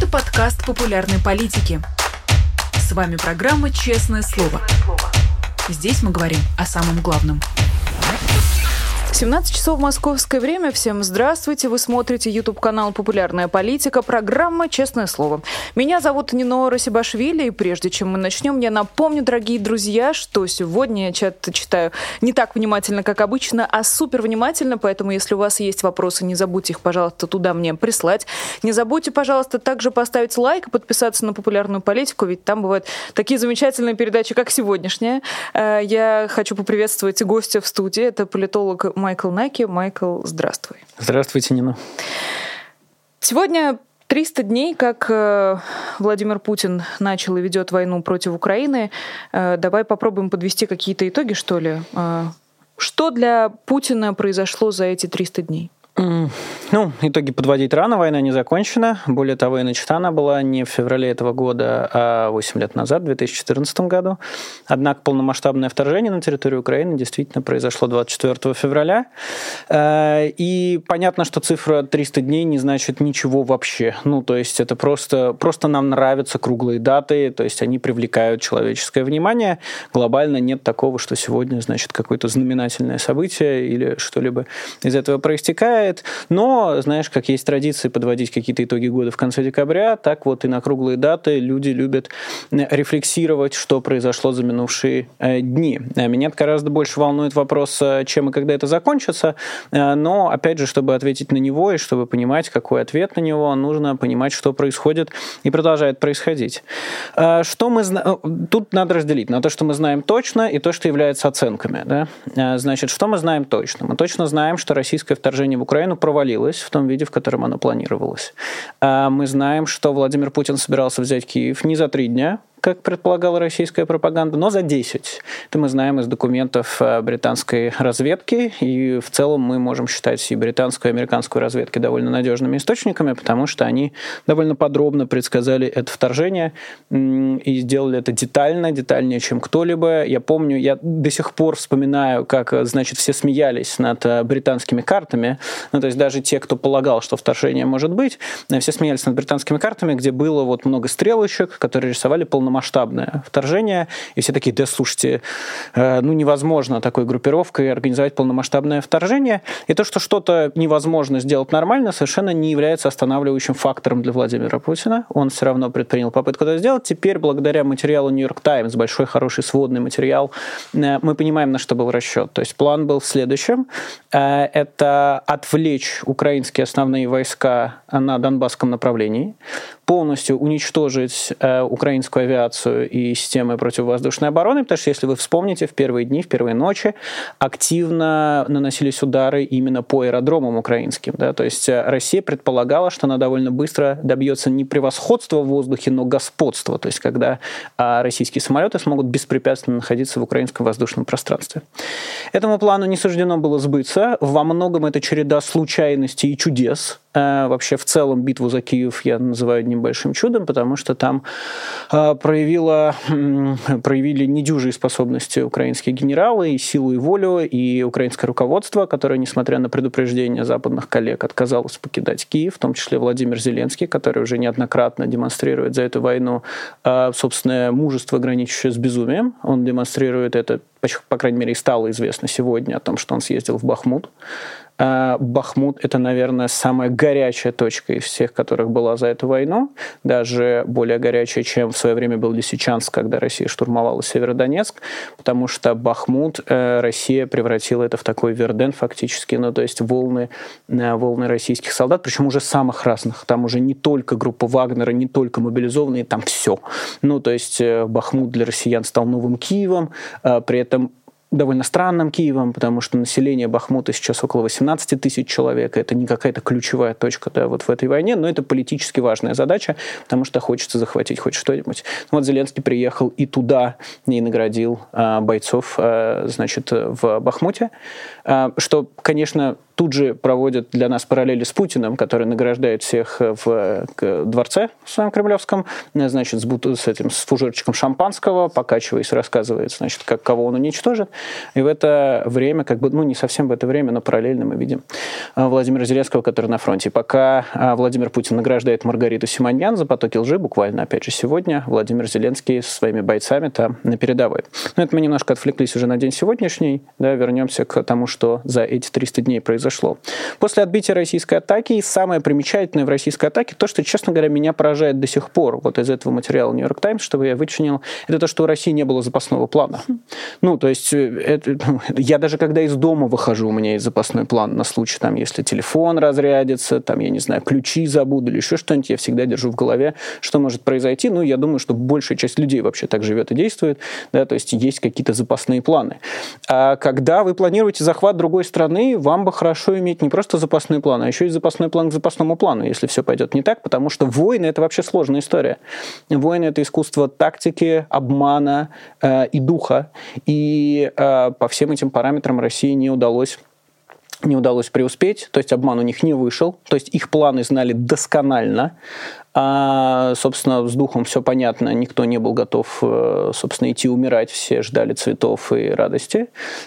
Это подкаст популярной политики. С вами программа «Честное слово». Здесь мы говорим о самом главном. 17 часов московское время. Всем здравствуйте. Вы смотрите YouTube-канал «Популярная политика», программа «Честное слово». Меня зовут Нино Расибашвили, и прежде чем мы начнем, я напомню, дорогие друзья, что сегодня я чат читаю не так внимательно, как обычно, а супер внимательно, поэтому если у вас есть вопросы, не забудьте их, пожалуйста, туда мне прислать. Не забудьте, пожалуйста, также поставить лайк и подписаться на «Популярную политику», ведь там бывают такие замечательные передачи, как сегодняшняя. Я хочу поприветствовать гостя в студии. Это политолог Майкл Наки. Майкл, здравствуй. Здравствуйте, Нина. Сегодня 300 дней, как Владимир Путин начал и ведет войну против Украины. Давай попробуем подвести какие-то итоги, что ли. Что для Путина произошло за эти 300 дней? Итоги подводить рано, война не закончена. Более того, и начата она была не в феврале этого года, а 8 лет назад, в 2014 году. Однако полномасштабное вторжение на территорию Украины действительно произошло 24 февраля. И понятно, что цифра 300 дней не значит ничего вообще. То есть это просто нам нравятся круглые даты, то есть они привлекают человеческое внимание. Глобально нет такого, что сегодня, значит, какое-то знаменательное событие или что-либо из этого проистекает. Но, знаешь, как есть традиции подводить какие-то итоги года в конце декабря, так вот и на круглые даты люди любят рефлексировать, что произошло за минувшие дни. Меня гораздо больше волнует вопрос, чем и когда это закончится, но, опять же, чтобы ответить на него и чтобы понимать, какой ответ на него, нужно понимать, что происходит и продолжает происходить. Тут надо разделить на то, что мы знаем точно, и то, что является оценками. Да? Значит, что мы знаем точно? Мы точно знаем, что российское вторжение в Украину провалилось в том виде, в котором оно планировалось. Мы знаем, что Владимир Путин собирался взять Киев не за 3 дня, как предполагала российская пропаганда, но за 10. Это мы знаем из документов британской разведки, и в целом мы можем считать и британскую, и американскую разведки довольно надежными источниками, потому что они довольно подробно предсказали это вторжение и сделали это детальнее, чем кто-либо. Я помню, я до сих пор вспоминаю, как, значит, все смеялись над британскими картами, то есть даже те, кто полагал, что вторжение может быть, все смеялись над британскими картами, где было вот много стрелочек, которые рисовали полномасштабное вторжение, и все такие: да, слушайте, невозможно такой группировкой организовать полномасштабное вторжение. И то, что что-то невозможно сделать нормально, совершенно не является останавливающим фактором для Владимира Путина. Он все равно предпринял попытку это сделать. Теперь, благодаря материалу New York Times, большой, хороший, сводный материал, мы понимаем, на что был расчет. То есть план был в следующем. Это отвлечь украинские основные войска на Донбасском направлении, полностью уничтожить украинскую авиацию и системы противовоздушной обороны, потому что, если вы вспомните, в первые дни, в первые ночи активно наносились удары именно по аэродромам украинским. Да? То есть Россия предполагала, что она довольно быстро добьется не превосходства в воздухе, но господства, то есть когда российские самолеты смогут беспрепятственно находиться в украинском воздушном пространстве. Этому плану не суждено было сбыться. Во многом это череда случайностей и чудес. Вообще, в целом, битву за Киев я называю одним большим чудом, потому что там проявили недюжие способности украинские генералы, и силу, и волю, и украинское руководство, которое, несмотря на предупреждения западных коллег, отказалось покидать Киев, в том числе Владимир Зеленский, который уже неоднократно демонстрирует за эту войну собственное мужество, граничащее с безумием. Он демонстрирует это, по крайней мере, и стало известно сегодня о том, что он съездил в Бахмут. Бахмут — это, наверное, самая горячая точка из всех, которых была за эту войну, даже более горячая, чем в свое время был Лисичанск, когда Россия штурмовала Северодонецк, потому что Бахмут Россия превратила это в такой Верден фактически, то есть волны российских солдат, причем уже самых разных. Там уже не только группа Вагнера, не только мобилизованные, там все. То есть Бахмут для россиян стал новым Киевом, при этом довольно странным Киевом, потому что население Бахмута сейчас около 18 тысяч человек. Это не какая-то ключевая точка в этой войне, но это политически важная задача, потому что хочется захватить хоть что-нибудь. Зеленский приехал и туда, и наградил бойцов, в Бахмуте, что, конечно, тут же проводят для нас параллели с Путиным, который награждает всех в дворце в своем кремлевском, значит, с фужерчиком шампанского, покачиваясь, рассказывает, значит, кого он уничтожит. И в это время, не совсем в это время, но параллельно мы видим Владимира Зеленского, который на фронте. И пока Владимир Путин награждает Маргариту Симоньян за потоки лжи, буквально, опять же, сегодня Владимир Зеленский со своими бойцами там на передовой. Но это мы немножко отвлеклись уже на день сегодняшний, да, вернемся к тому, что за эти 300 дней произошло. После отбития российской атаки, самое примечательное в российской атаке, то, что, честно говоря, меня поражает до сих пор, вот из этого материала New York Times, что я вычленил, это то, что у России не было запасного плана. То есть, я даже когда из дома выхожу, у меня есть запасной план на случай, там, если телефон разрядится, там, я не знаю, ключи забуду или еще что-нибудь, я всегда держу в голове, что может произойти. Я думаю, что большая часть людей вообще так живет и действует, да, то есть есть какие-то запасные планы. А когда вы планируете захват другой страны, вам бы хорошо иметь не просто запасной план, а еще и запасной план к запасному плану, если все пойдет не так, потому что войны — это вообще сложная история. Войны — это искусство тактики, обмана и духа. И по всем этим параметрам России не удалось преуспеть, то есть обман у них не вышел, то есть их планы знали досконально, собственно, с духом все понятно, никто не был готов, собственно, идти умирать, все ждали цветов и радости.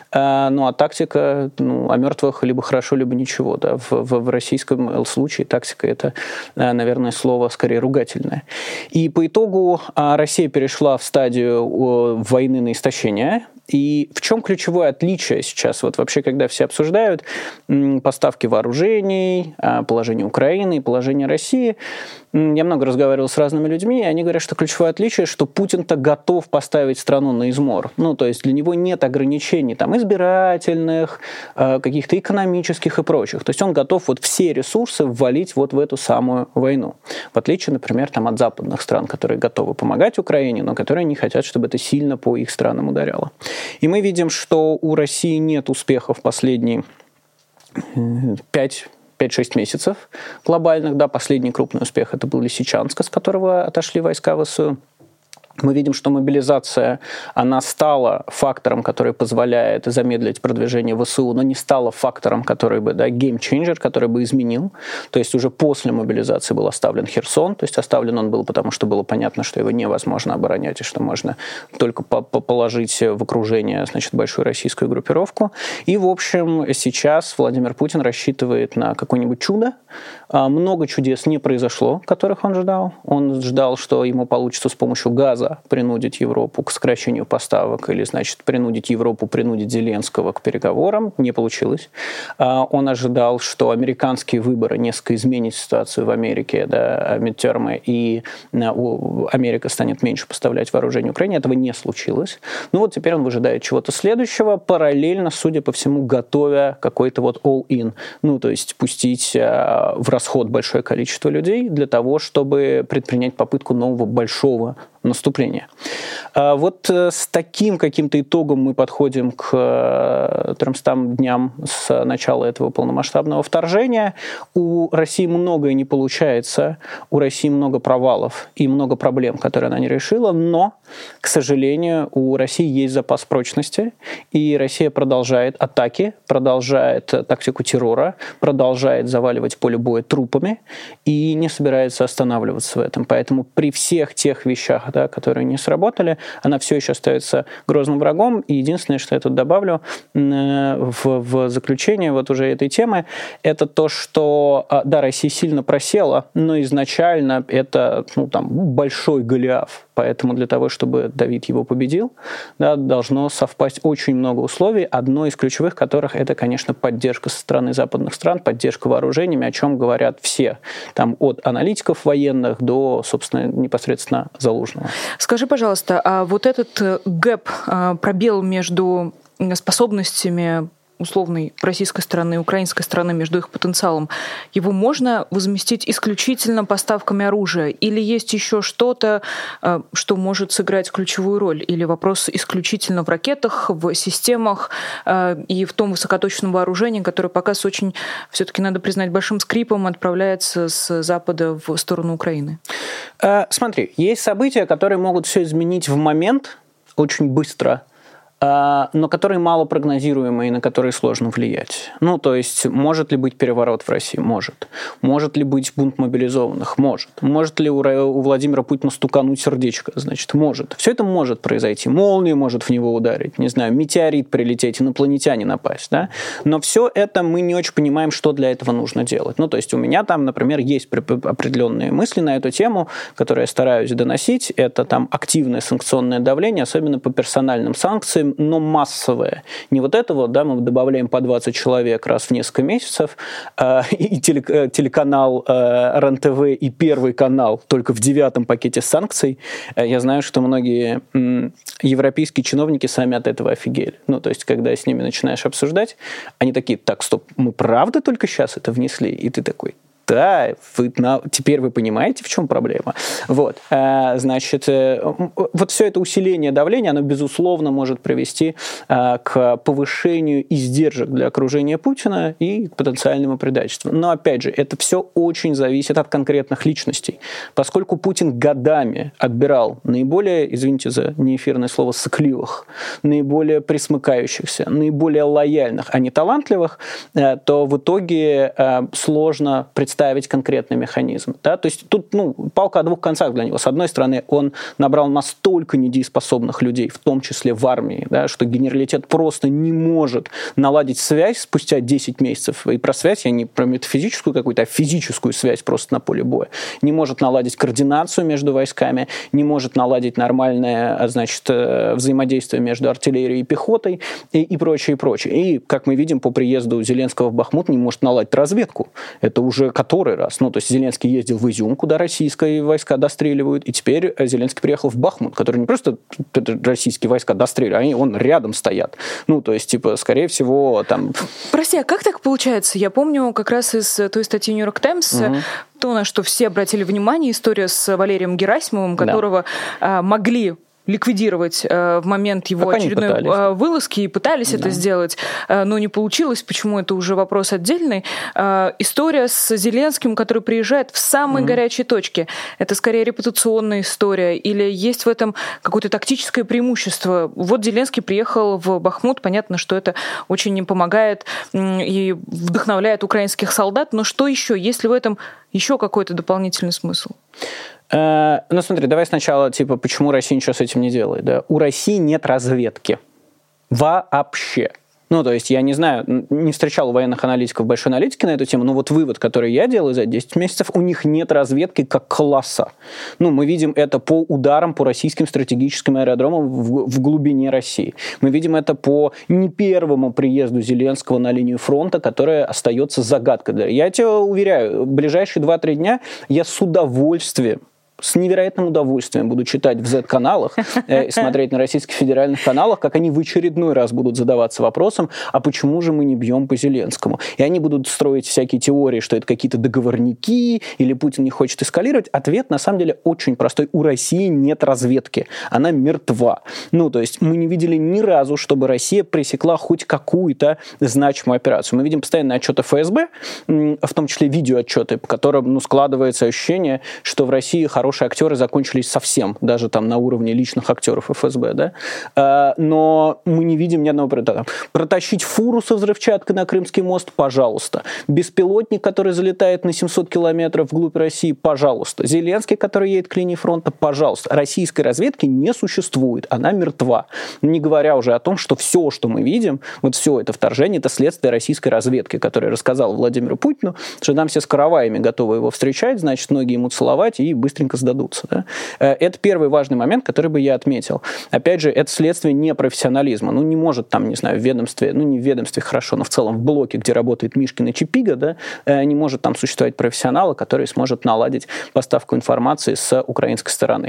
А тактика, о мертвых либо хорошо, либо ничего. Да. В российском случае тактика — это, наверное, слово скорее ругательное. И по итогу Россия перешла в стадию войны на истощение. И в чем ключевое отличие сейчас, вообще, когда все обсуждают поставки вооружений, положение Украины и положение России, я много разговаривал с разными людьми, и они говорят, что ключевое отличие, что Путин-то готов поставить страну на измор. То есть для него нет ограничений там, избирательных, каких-то экономических и прочих. То есть он готов все ресурсы ввалить в эту самую войну. В отличие, например, от западных стран, которые готовы помогать Украине, но которые не хотят, чтобы это сильно по их странам ударяло. И мы видим, что у России нет успехов последние 5-6 месяцев глобальных. Да, последний крупный успех — это был Лисичанск, с которого отошли войска ВСУ. Мы видим, что мобилизация, она стала фактором, который позволяет замедлить продвижение ВСУ, но не стала фактором, который бы, геймчейнджер, который бы изменил. То есть уже после мобилизации был оставлен Херсон, то есть оставлен он был, потому что было понятно, что его невозможно оборонять, и что можно только положить в окружение, большую российскую группировку. И, в общем, сейчас Владимир Путин рассчитывает на какое-нибудь чудо. Много чудес не произошло, которых он ждал. Он ждал, что ему получится с помощью газа принудить Европу к сокращению поставок или, принудить Зеленского к переговорам. Не получилось. Он ожидал, что американские выборы несколько изменят ситуацию в Америке, мидтермы, и Америка станет меньше поставлять вооружение Украине. Этого не случилось. Теперь он выжидает чего-то следующего, параллельно, судя по всему, готовя какой-то all-in. То есть пустить в расход большое количество людей для того, чтобы предпринять попытку нового большого наступления. С таким каким-то итогом мы подходим к 300 дням с начала этого полномасштабного вторжения. У России многое не получается, у России много провалов и много проблем, которые она не решила, но, к сожалению, у России есть запас прочности, и Россия продолжает атаки, продолжает тактику террора, продолжает заваливать поле боя трупами и не собирается останавливаться в этом. Поэтому при всех тех вещах, которые не сработали, она все еще остается грозным врагом. И единственное, что я тут добавлю в заключение уже этой темы, это то, что, Россия сильно просела, но изначально это большой Голиаф. Поэтому для того, чтобы Давид его победил, должно совпасть очень много условий, одно из ключевых которых это, конечно, поддержка со стороны западных стран, поддержка вооружениями, о чем говорят все, от аналитиков военных до, собственно, непосредственно Залужного. Скажи, пожалуйста, а этот гэп, пробел между способностями условной российской стороны и украинской стороны, между их потенциалом, его можно возместить исключительно поставками оружия? Или есть еще что-то, что может сыграть ключевую роль? Или вопрос исключительно в ракетах, в системах и в том высокоточном вооружении, которое пока с очень, все-таки надо признать, большим скрипом отправляется с Запада в сторону Украины? Смотри, есть события, которые могут все изменить в момент, очень быстро, но которые малопрогнозируемые и на которые сложно влиять. Ну, то есть, может ли быть переворот в России? Может. Может ли быть бунт мобилизованных? Может. Может ли у Владимира Путина стукануть сердечко? Значит, может. Все это может произойти. Молния может в него ударить, не знаю, метеорит прилететь, инопланетяне напасть, да? Но все это мы не очень понимаем, что для этого нужно делать. Ну, то есть, у меня там, например, есть определенные мысли на эту тему, которые я стараюсь доносить. Это там активное санкционное давление, особенно по персональным санкциям, но массовое. Не вот это вот, да, мы добавляем по 20 человек раз в несколько месяцев, и телеканал РЕН-ТВ и Первый канал только в 9-м пакете санкций. Я знаю, что многие европейские чиновники сами от этого офигели. Ну, то есть, когда с ними начинаешь обсуждать, они такие: так, стоп, мы правда только сейчас это внесли? И ты такой: да, теперь вы понимаете, в чем проблема. Вот, значит, вот все это усиление давления, оно, безусловно, может привести к повышению издержек для окружения Путина и к потенциальному предательству. Но, опять же, это все очень зависит от конкретных личностей. Поскольку Путин годами отбирал наиболее, извините за неэфирное слово, сыкливых, наиболее присмыкающихся, наиболее лояльных, а не талантливых, то в итоге сложно представить конкретный механизм. Да? То есть тут палка о двух концах для него. С одной стороны, он набрал настолько недееспособных людей, в том числе в армии, да, что генералитет просто не может наладить связь спустя 10 месяцев. И про связь я не про метафизическую какую-то, а физическую связь просто на поле боя. Не может наладить координацию между войсками, не может наладить нормальное, значит, взаимодействие между артиллерией и пехотой и прочее, и прочее. И, как мы видим, по приезду Зеленского в Бахмут не может наладить разведку. Это уже который раз. Ну, то есть Зеленский ездил в Изюм, куда российские войска достреливают, и теперь Зеленский приехал в Бахмут, который не просто российские войска достреливают, он рядом стоят. Ну, то есть, типа, скорее всего, там... Прости, а как так получается? Я помню как раз из той статьи New York Times, то, на что все обратили внимание, история с Валерием Герасимовым, которого могли ликвидировать в момент его очередной вылазки, и пытались это сделать, но не получилось. Почему? Это уже вопрос отдельный. История с Зеленским, который приезжает в самые горячие точки. Это скорее репутационная история или есть в этом какое-то тактическое преимущество? Вот Зеленский приехал в Бахмут, понятно, что это очень им помогает и вдохновляет украинских солдат, но что еще? Есть ли в этом еще какой-то дополнительный смысл? Ну, смотри, давай сначала, почему Россия ничего с этим не делает. Да? У России нет разведки. Вообще. Ну, то есть, я не знаю, не встречал у военных аналитиков большой аналитики на эту тему, но вот вывод, который я делаю за 10 месяцев, у них нет разведки как класса. Ну, мы видим это по ударам по российским стратегическим аэродромам в глубине России. Мы видим это по не первому приезду Зеленского на линию фронта, которая остается загадкой. Я тебя уверяю, в ближайшие 2-3 дня я с удовольствием, с невероятным удовольствием буду читать в Z-каналах и смотреть на российских федеральных каналах, как они в очередной раз будут задаваться вопросом, а почему же мы не бьем по Зеленскому? И они будут строить всякие теории, что это какие-то договорники, или Путин не хочет эскалировать. Ответ, на самом деле, очень простой. У России нет разведки. Она мертва. Ну, то есть мы не видели ни разу, чтобы Россия пресекла хоть какую-то значимую операцию. Мы видим постоянно отчеты ФСБ, в том числе видеоотчеты, по которым складывается ощущение, что в России хорошие актеры закончились совсем, даже там на уровне личных актеров ФСБ, да? Но мы не видим ни одного приоритета. Протащить фуру со взрывчаткой на Крымский мост, пожалуйста. Беспилотник, который залетает на 700 километров вглубь России, пожалуйста. Зеленский, который едет к линии фронта, пожалуйста. Российской разведки не существует, она мертва. Не говоря уже о том, что все, что мы видим, вот все это вторжение, это следствие российской разведки, которая рассказала Владимиру Путину, что там все с караваями готовы его встречать, значит, ноги ему целовать и быстренько сдадутся. Да? Это первый важный момент, который бы я отметил. Опять же, это следствие непрофессионализма. Ну, не может там, не знаю, в ведомстве, ну, не в ведомстве хорошо, но в целом в блоке, где работает Мишкин и Чипига, да, не может там существовать профессионала, который сможет наладить поставку информации с украинской стороны.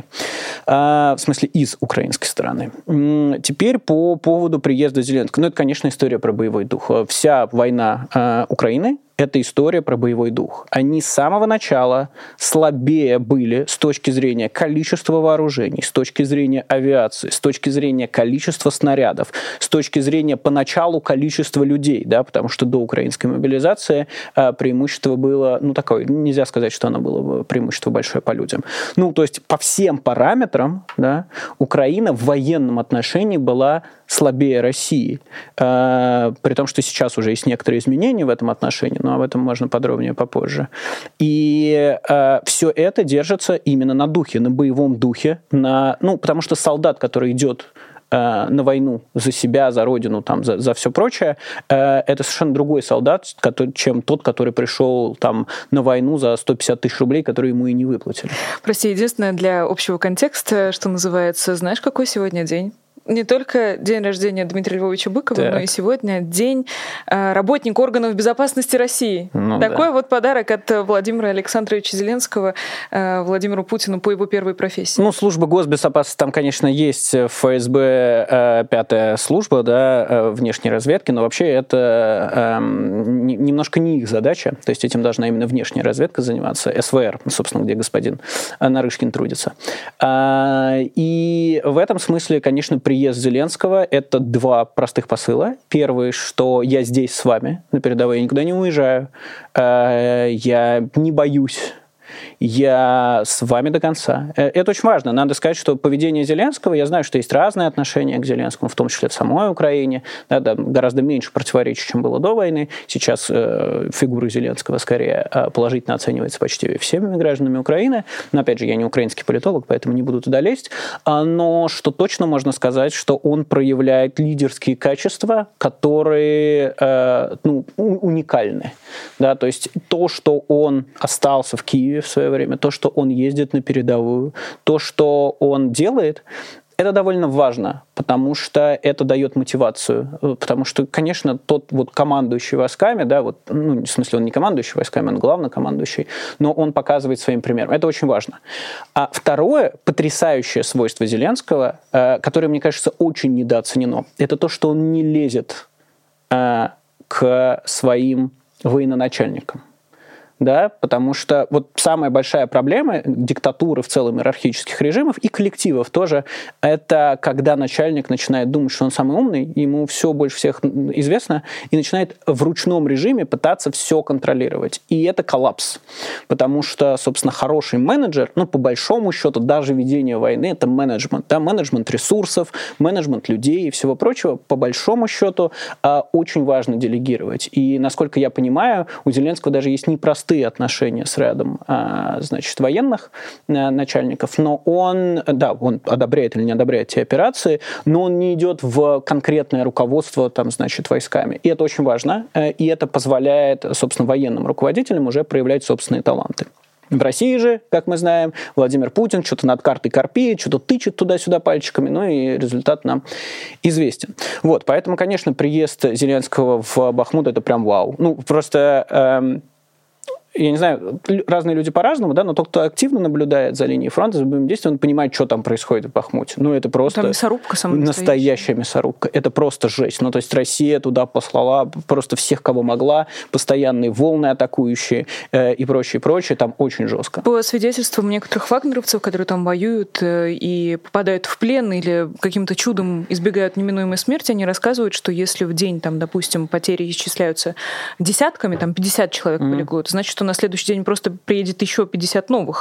В смысле, из украинской стороны. Теперь по поводу приезда Зеленского. Ну, это, конечно, история про боевой дух. Вся война Украины это история про боевой дух. Они с самого начала слабее были с точки зрения количества вооружений, с точки зрения авиации, с точки зрения количества снарядов, с точки зрения поначалу количества людей, да, потому что до украинской мобилизации преимущество было, такое, нельзя сказать, что оно было преимущество большое по людям. То есть по всем параметрам, да, Украина в военном отношении была слабее России. При том, что сейчас уже есть некоторые изменения в этом отношении, но об этом можно подробнее попозже. И все это держится именно на духе, на боевом духе, потому что солдат, который идет на войну за себя, за родину, там, за все прочее, это совершенно другой солдат, чем тот, который пришел там, на войну за 150 тысяч рублей, которые ему и не выплатили. Прости, единственное, для общего контекста, что называется, знаешь, какой сегодня день? Не только день рождения Дмитрия Львовича Быкова, но и сегодня день работника органов безопасности России. Такой вот подарок от Владимира Александровича Зеленского Владимиру Путину по его первой профессии. Служба госбезопасности, там, конечно, есть ФСБ 5-я служба, да, внешней разведки, но вообще это немножко не их задача. То есть этим должна именно внешняя разведка заниматься, СВР, собственно, где господин Нарышкин трудится. И в этом смысле, конечно, приезд Зеленского — это два простых посыла. Первый, что я здесь с вами на передовой, я никуда не уезжаю, я не боюсь, я с вами до конца. Это очень важно. Надо сказать, что поведение Зеленского, я знаю, что есть разные отношения к Зеленскому, в том числе в самой Украине, да, гораздо меньше противоречий, чем было до войны. Сейчас фигура Зеленского скорее положительно оценивается почти всеми гражданами Украины. Но, опять же, я не украинский политолог, поэтому не буду туда лезть. Но что точно можно сказать, что он проявляет лидерские качества, которые уникальны. Да, то есть то, что он остался в Киеве в свое время, то, что он ездит на передовую, то, что он делает, это довольно важно, потому что это дает мотивацию. Потому что, конечно, тот вот командующий войсками, да, в смысле он не командующий войсками, он главнокомандующий, но он показывает своим примером. Это очень важно. А второе потрясающее свойство Зеленского, которое, мне кажется, очень недооценено, это то, что он не лезет к своим военачальникам. Да, потому что вот самая большая проблема диктатуры в целом, иерархических режимов и коллективов тоже, это когда начальник начинает думать, что он самый умный, ему все больше всех известно, и начинает в ручном режиме пытаться все контролировать. И это коллапс. Потому что, собственно, хороший менеджер, по большому счету, даже ведение войны — это менеджмент. Да, менеджмент ресурсов, менеджмент людей и всего прочего. По большому счету, очень важно делегировать. И, насколько я понимаю, у Зеленского даже есть непростые отношения с рядом, военных начальников, но он одобряет или не одобряет те операции, но он не идет в конкретное руководство, войсками. И это очень важно, и это позволяет, собственно, военным руководителям уже проявлять собственные таланты. В России же, как мы знаем, Владимир Путин что-то над картой корпеет, что-то тычет туда-сюда пальчиками, и результат нам известен. Поэтому, конечно, приезд Зеленского в Бахмут — это прям вау. Просто... я не знаю, разные люди по-разному, да, но тот, кто активно наблюдает за линией фронта, за боевым действием, он понимает, что там происходит в Бахмуте. Это просто там мясорубка самая настоящая мясорубка. Это просто жесть. То есть Россия туда послала просто всех, кого могла, постоянные волны атакующие и прочее. Там очень жестко. По свидетельствам некоторых вагнеровцев, которые там воюют и попадают в плен или каким-то чудом избегают неминуемой смерти, они рассказывают, что если в день, допустим, потери исчисляются десятками, 50 человек полегло, это значит, что на следующий день просто приедет еще 50 новых.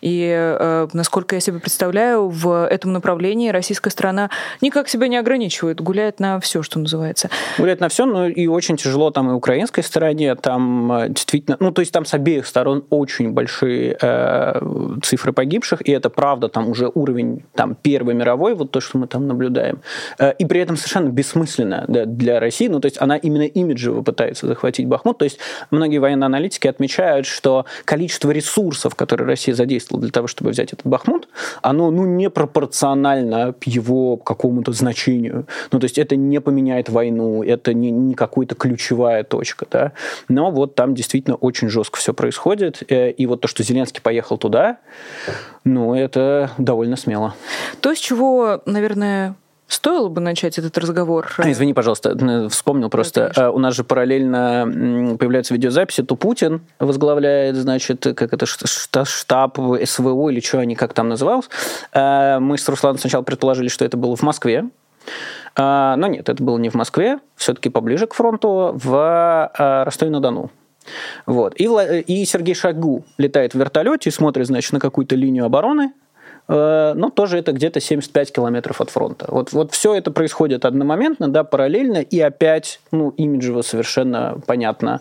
И, насколько я себе представляю, в этом направлении российская сторона никак себя не ограничивает, гуляет на все, что называется. Гуляет на все, но и очень тяжело там и украинской стороне, там действительно, то есть там с обеих сторон очень большие цифры погибших, и это правда там уже уровень Первой мировой, то, что мы там наблюдаем, и при этом совершенно бессмысленно для России, то есть она именно имиджево пытается захватить Бахмут, то есть многие военные аналитики отмечают, что количество ресурсов, которые Россия задействовала для того, чтобы взять этот Бахмут, оно непропорционально его какому-то значению. То есть это не поменяет войну, это не какая-то ключевая точка. Да? Но там действительно очень жестко все происходит. И то, что Зеленский поехал туда, это довольно смело. То, с чего, наверное, Стоило бы начать этот разговор. Извини, пожалуйста, вспомнил просто. Да, у нас же параллельно появляются видеозаписи, то Путин возглавляет, значит, как это, штаб СВО или что они как там называлось. Мы с Русланом сначала предположили, что это было в Москве. Но нет, это было не в Москве, все-таки поближе к фронту, в Ростове-на-Дону. Вот. И Сергей Шойгу летает в вертолете и смотрит, значит, на какую-то линию обороны, но тоже это где-то 75 километров от фронта. Вот все это происходит одномоментно, да, параллельно, и опять, имиджево совершенно понятно,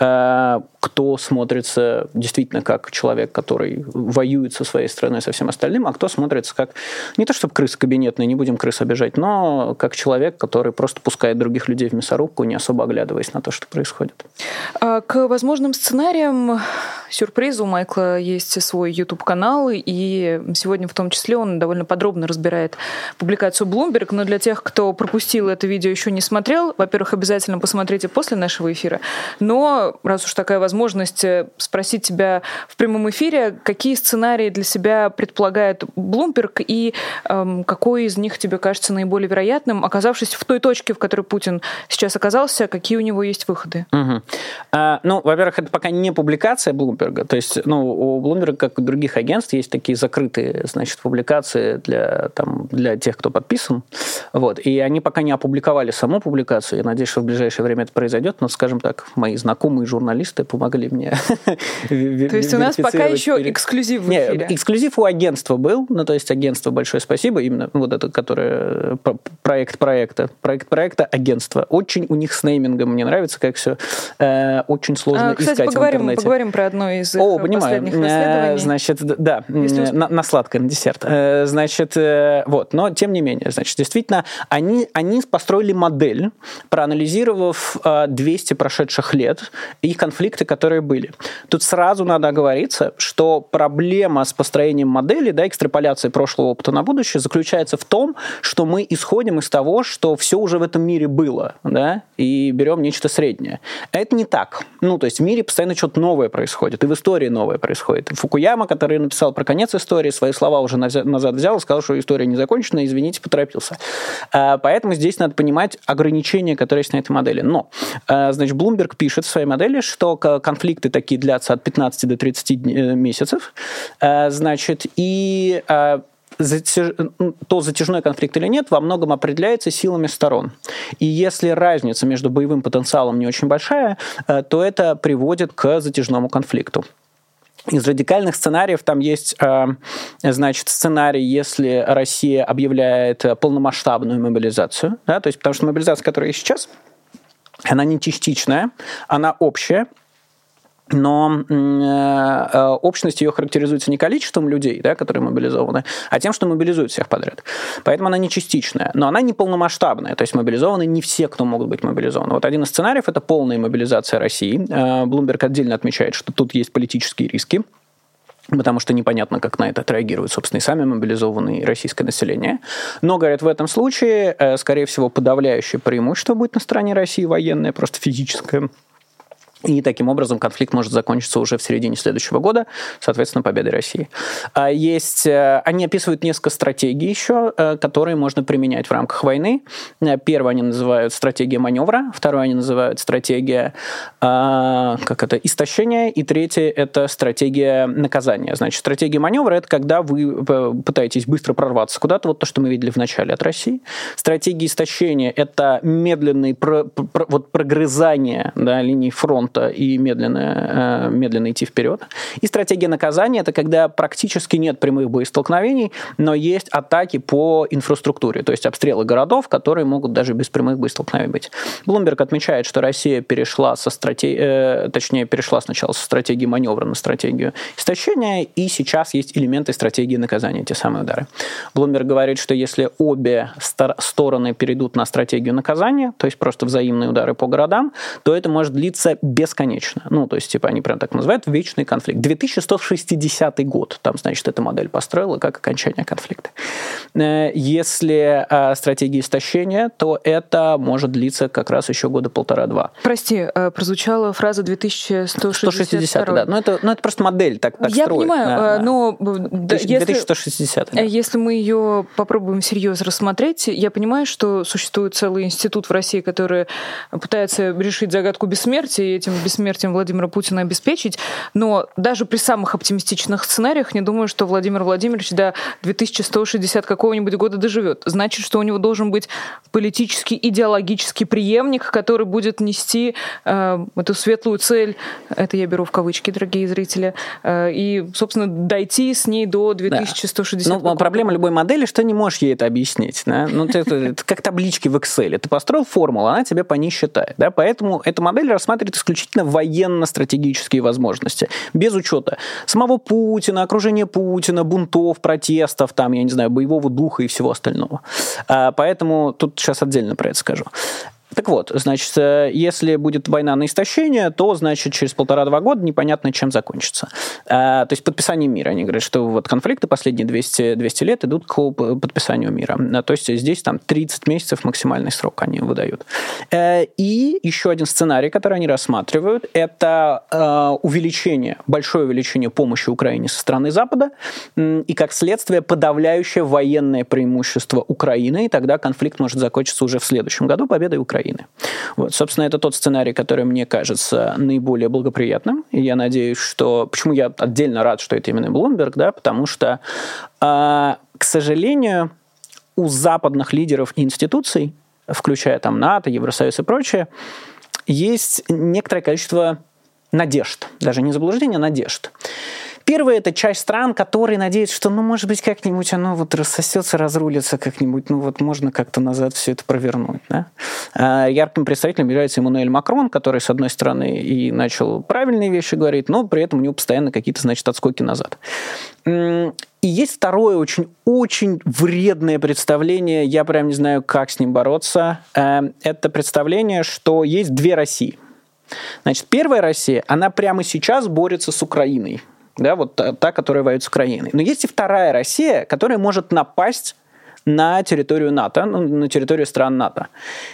кто смотрится действительно как человек, который воюет со своей страной, со всем остальным, а кто смотрится как, не то чтобы крыса кабинетная, не будем крыс обижать, но как человек, который просто пускает других людей в мясорубку, не особо оглядываясь на то, что происходит. К возможным сценариям сюрпризу у Майкла есть свой YouTube-канал, и сегодня в том числе он довольно подробно разбирает публикацию Bloomberg, но для тех, кто пропустил это видео, еще не смотрел, во-первых, обязательно посмотрите после нашего эфира, но раз уж такая возможность спросить тебя в прямом эфире, какие сценарии для себя предполагает Bloomberg и какой из них тебе кажется наиболее вероятным, оказавшись в той точке, в которой Путин сейчас оказался, какие у него есть выходы? Угу. Во-первых, это пока не публикация Bloomberg, то есть у Bloomberg, как у других агентств, есть такие закрытые, значит, публикации для тех, кто подписан. Вот. И они пока не опубликовали саму публикацию. Я надеюсь, что в ближайшее время это произойдет, но, скажем так, мои знакомые журналисты помогли мне. То есть у нас пока еще эксклюзив в эфире? Нет, эксклюзив у агентства был, то есть агентство большое спасибо, именно вот это, которое проект проекта агентство. Очень у них с неймингом, мне нравится, как все очень сложно искать в интернете. Кстати, поговорим про одно из последних расследований. Значит, да, на сладкое, на десерт. Значит, но тем не менее, значит, действительно, они построили модель, проанализировав 200 прошедших лет и конфликты, которые были. Тут сразу надо оговориться, что проблема с построением модели, экстраполяцией прошлого опыта на будущее заключается в том, что мы исходим из того, что все уже в этом мире было, и берем нечто среднее. Это не так. То есть в мире постоянно что-то новое происходит, и в истории новое происходит. Фукуяма, который написал про конец истории, свои слова уже назад взял и сказал, что история не закончена, извините, поторопился. Поэтому здесь надо понимать ограничения, которые есть на этой модели. Но, значит, Bloomberg пишет в своей модели, что конфликты такие длятся от 15 до 30 месяцев, значит, и то затяжной конфликт или нет, во многом определяется силами сторон. И если разница между боевым потенциалом не очень большая, то это приводит к затяжному конфликту. Из радикальных сценариев там есть, значит, сценарий, если Россия объявляет полномасштабную мобилизацию, то есть потому что мобилизация, которая есть сейчас, она не частичная, она общая, но общность ее характеризуется не количеством людей, которые мобилизованы, а тем, что мобилизуют всех подряд. Поэтому она не частичная, но она не полномасштабная, то есть мобилизованы не все, кто могут быть мобилизованы. Вот один из сценариев – это полная мобилизация России. Bloomberg отдельно отмечает, что тут есть политические риски, потому что непонятно, как на это отреагируют, собственно, и сами мобилизованные, и российское население. Но, говорят, в этом случае, скорее всего, подавляющее преимущество будет на стороне России военное, просто физическое. И таким образом конфликт может закончиться уже в середине следующего года, соответственно, победой России. Они описывают несколько стратегий еще, которые можно применять в рамках войны. Первую они называют стратегия маневра, вторую они называют стратегия истощения, и третья – это стратегия наказания. Значит, стратегия маневра – это когда вы пытаетесь быстро прорваться куда-то, вот то, что мы видели в начале от России. Стратегия истощения – это медленное прогрызание линии фронта и медленно идти вперед. И стратегия наказания – это когда практически нет прямых боестолкновений, но есть атаки по инфраструктуре, то есть обстрелы городов, которые могут даже без прямых боестолкновений быть. Bloomberg отмечает, что Россия перешла сначала со стратегии маневра на стратегию истощения, и сейчас есть элементы стратегии наказания, те самые удары. Bloomberg говорит, что если обе стороны перейдут на стратегию наказания, то есть просто взаимные удары по городам, то это может длиться бесконечно. Ну, то есть, типа, они прям так называют вечный конфликт. 2160 год, там, значит, эта модель построила как окончание конфликта. Если стратегия истощения, то это может длиться как раз еще года 1,5-2. Прости, прозвучала фраза 2160. Да. Но это просто модель так я строит. Понимаю, но 2160. Если мы ее попробуем серьезно рассмотреть, я понимаю, что существует целый институт в России, который пытается решить загадку бессмертия и этим бессмертием Владимира Путина обеспечить, но даже при самых оптимистичных сценариях не думаю, что Владимир Владимирович до 2160 какого-нибудь года доживет. Значит, что у него должен быть политический, идеологический преемник, который будет нести эту светлую цель, это я беру в кавычки, дорогие зрители, и, собственно, дойти с ней до 2160 года. Ну, проблема любой модели, что не можешь ей это объяснить. Да? Ну, это как таблички в Excel. Ты построил формулу, она тебе по ней считает. Да? Поэтому эта модель рассматривает исключительно военно-стратегические возможности. Без учета самого Путина, окружения Путина, бунтов, протестов, там, я не знаю, боевого духа и всего остального. Поэтому тут сейчас отдельно про это скажу. Так вот, значит, если будет война на истощение, то, значит, через 1,5-2 года непонятно, чем закончится. То есть подписание мира. Они говорят, что вот конфликты последние 200 лет идут к подписанию мира. То есть здесь там 30 месяцев максимальный срок они выдают. И еще один сценарий, который они рассматривают, это увеличение, большое увеличение помощи Украине со стороны Запада и, как следствие, подавляющее военное преимущество Украины, и тогда конфликт может закончиться уже в следующем году победой Украины. Вот, собственно, это тот сценарий, который мне кажется наиболее благоприятным. И я надеюсь, что... Почему я отдельно рад, что это именно Bloomberg, да, потому что, к сожалению, у западных лидеров и институций, включая там НАТО, Евросоюз и прочее, есть некоторое количество надежд. Даже не заблуждений, а надежд. Первое – это часть стран, которые надеются, что, может быть, как-нибудь оно вот рассосется, разрулится как-нибудь, можно как-то назад все это провернуть. Да? Ярким представителем является Эммануэль Макрон, который, с одной стороны, и начал правильные вещи говорить, но при этом у него постоянно какие-то, значит, отскоки назад. И есть второе очень вредное представление, я прям не знаю, как с ним бороться. Это представление, что есть две России. Значит, первая Россия, она прямо сейчас борется с Украиной. Да, вот та, которая воюет с Украиной. Но есть и вторая Россия, которая может напасть на территорию НАТО, на территорию стран НАТО.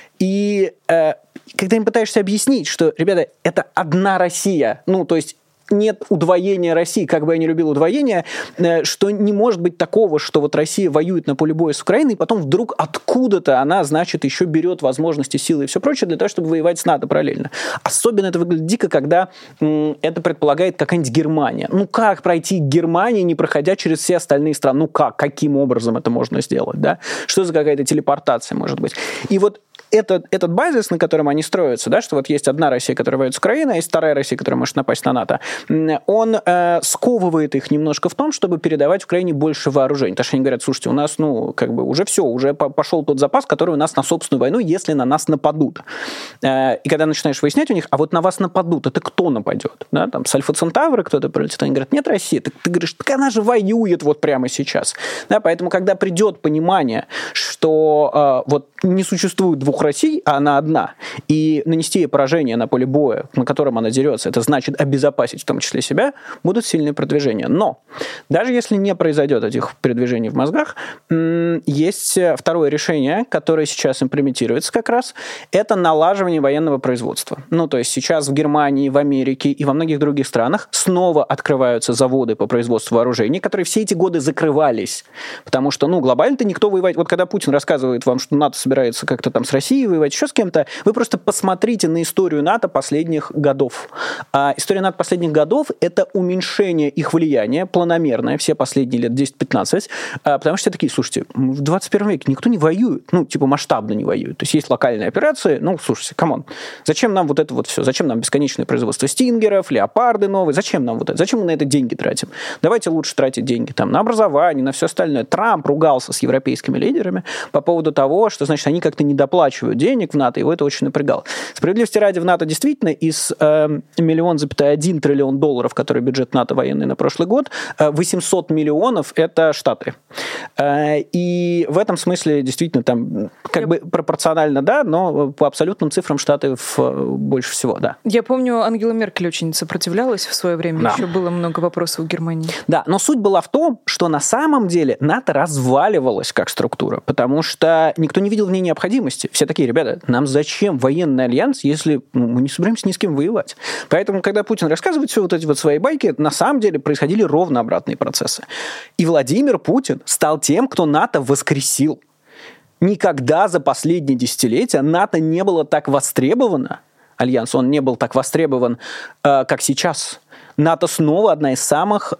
И когда им пытаешься объяснить, что, ребята, это одна Россия, то есть нет удвоения России, как бы я не любил удвоение, что не может быть такого, что вот Россия воюет на поле боя с Украиной, и потом вдруг откуда-то она, значит, еще берет возможности, силы и все прочее для того, чтобы воевать с НАТО параллельно. Особенно это выглядит дико, когда это предполагает какая-нибудь Германия. Как пройти к Германии, не проходя через все остальные страны? Каким образом это можно сделать? Да? Что за какая-то телепортация может быть? И вот этот базис, на котором они строятся, да, что вот есть одна Россия, которая воюет с Украиной, а есть вторая Россия, которая может напасть на НАТО, он сковывает их немножко в том, чтобы передавать Украине больше вооружений. Потому что они говорят, слушайте, у нас, уже все, уже пошел тот запас, который у нас на собственную войну, если на нас нападут. И когда начинаешь выяснять у них, а вот на вас нападут, это кто нападет? Да, там с Альфа-Центавра кто-то прилетит, они говорят, нет, Россия. Ты говоришь, так она же воюет вот прямо сейчас. Да, поэтому, когда придет понимание, что вот не существует двух Россий, а она одна, и нанести ей поражение на поле боя, на котором она дерется, это значит обезопасить в том числе себя, будут сильные продвижения. Но даже если не произойдет этих передвижений в мозгах, есть второе решение, которое сейчас имплементируется как раз, это налаживание военного производства. То есть сейчас в Германии, в Америке и во многих других странах снова открываются заводы по производству вооружений, которые все эти годы закрывались, потому что, глобально-то никто воевать... Вот когда Путин рассказывает вам, что НАТО собирается как-то там с Россией воевать, еще с кем-то, вы просто посмотрите на историю НАТО последних годов. А история НАТО последних годов – это уменьшение их влияния, планомерное, все последние лет 10-15, потому что такие, слушайте, в 21 веке никто не воюет, масштабно не воюет. То есть есть локальные операции, слушайте, камон, зачем нам вот это вот все? Зачем нам бесконечное производство стингеров, леопарды новые? Зачем нам вот это? Зачем мы на это деньги тратим? Давайте лучше тратить деньги там на образование, на все остальное. Трамп ругался с европейскими лидерами по поводу того, что, значит, они как-то недоплачивают переплачивают денег в НАТО, его это очень напрягало. Справедливости ради, в НАТО действительно из 1,1 триллион долларов, который бюджет НАТО военный на прошлый год, 800 миллионов – это Штаты. И в этом смысле действительно там как бы пропорционально, да, но по абсолютным цифрам Штаты больше всего, да. Я помню, Ангела Меркель очень сопротивлялась в свое время, да. Еще было много вопросов у Германии. Да, но суть была в том, что на самом деле НАТО разваливалось как структура, потому что никто не видел в ней необходимости. Все такие: ребята, нам зачем военный альянс, если мы не собираемся ни с кем воевать? Поэтому, когда Путин рассказывает все вот эти вот свои байки, на самом деле происходили ровно обратные процессы. И Владимир Путин стал тем, кто НАТО воскресил. Никогда за последние десятилетия НАТО не было так востребовано, альянс, он не был так востребован, как сейчас. НАТО снова один из самых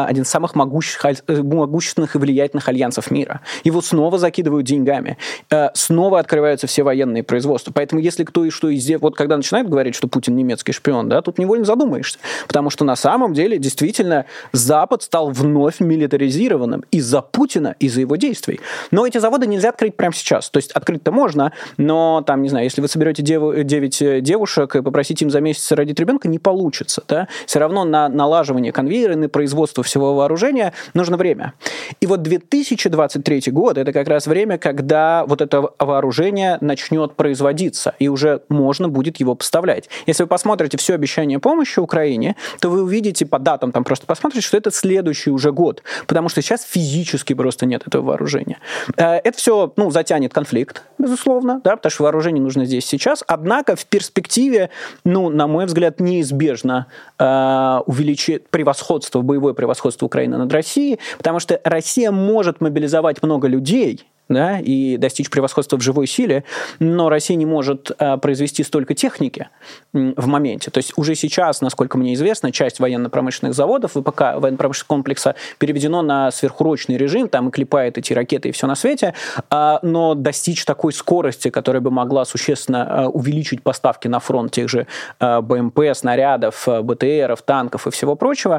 могущественных и влиятельных альянсов мира. Его снова закидывают деньгами. Снова открываются все военные производства. Поэтому если кто и что и сделает... Вот когда начинают говорить, что Путин немецкий шпион, да, тут невольно задумаешься. Потому что на самом деле действительно Запад стал вновь милитаризированным из-за Путина, из-за его действий. Но эти заводы нельзя открыть прямо сейчас. То есть открыть-то можно, но там, не знаю, если вы соберете 9 девушек и попросите им за месяц родить ребенка, не получится. Да? Все равно на налаживание конвейера, на производство всего вооружения нужно время. И вот 2023 год – это как раз время, когда вот это вооружение начнет производиться, и уже можно будет его поставлять. Если вы посмотрите все обещания помощи Украине, то вы увидите по датам, там просто посмотрите, что это следующий уже год, потому что сейчас физически просто нет этого вооружения. Это все, затянет конфликт, безусловно, да, потому что вооружение нужно здесь сейчас, однако в перспективе, на мой взгляд, неизбежно увеличит превосходство, боевое превосходство Украины над Россией, потому что Россия может мобилизовать много людей, да, и достичь превосходства в живой силе, но Россия не может произвести столько техники в моменте. То есть уже сейчас, насколько мне известно, часть военно-промышленных заводов ВПК, военно-промышленного комплекса, переведено на сверхурочный режим, там и клепает эти ракеты и все на свете, но достичь такой скорости, которая бы могла существенно увеличить поставки на фронт тех же БМП, снарядов, БТРов, танков и всего прочего,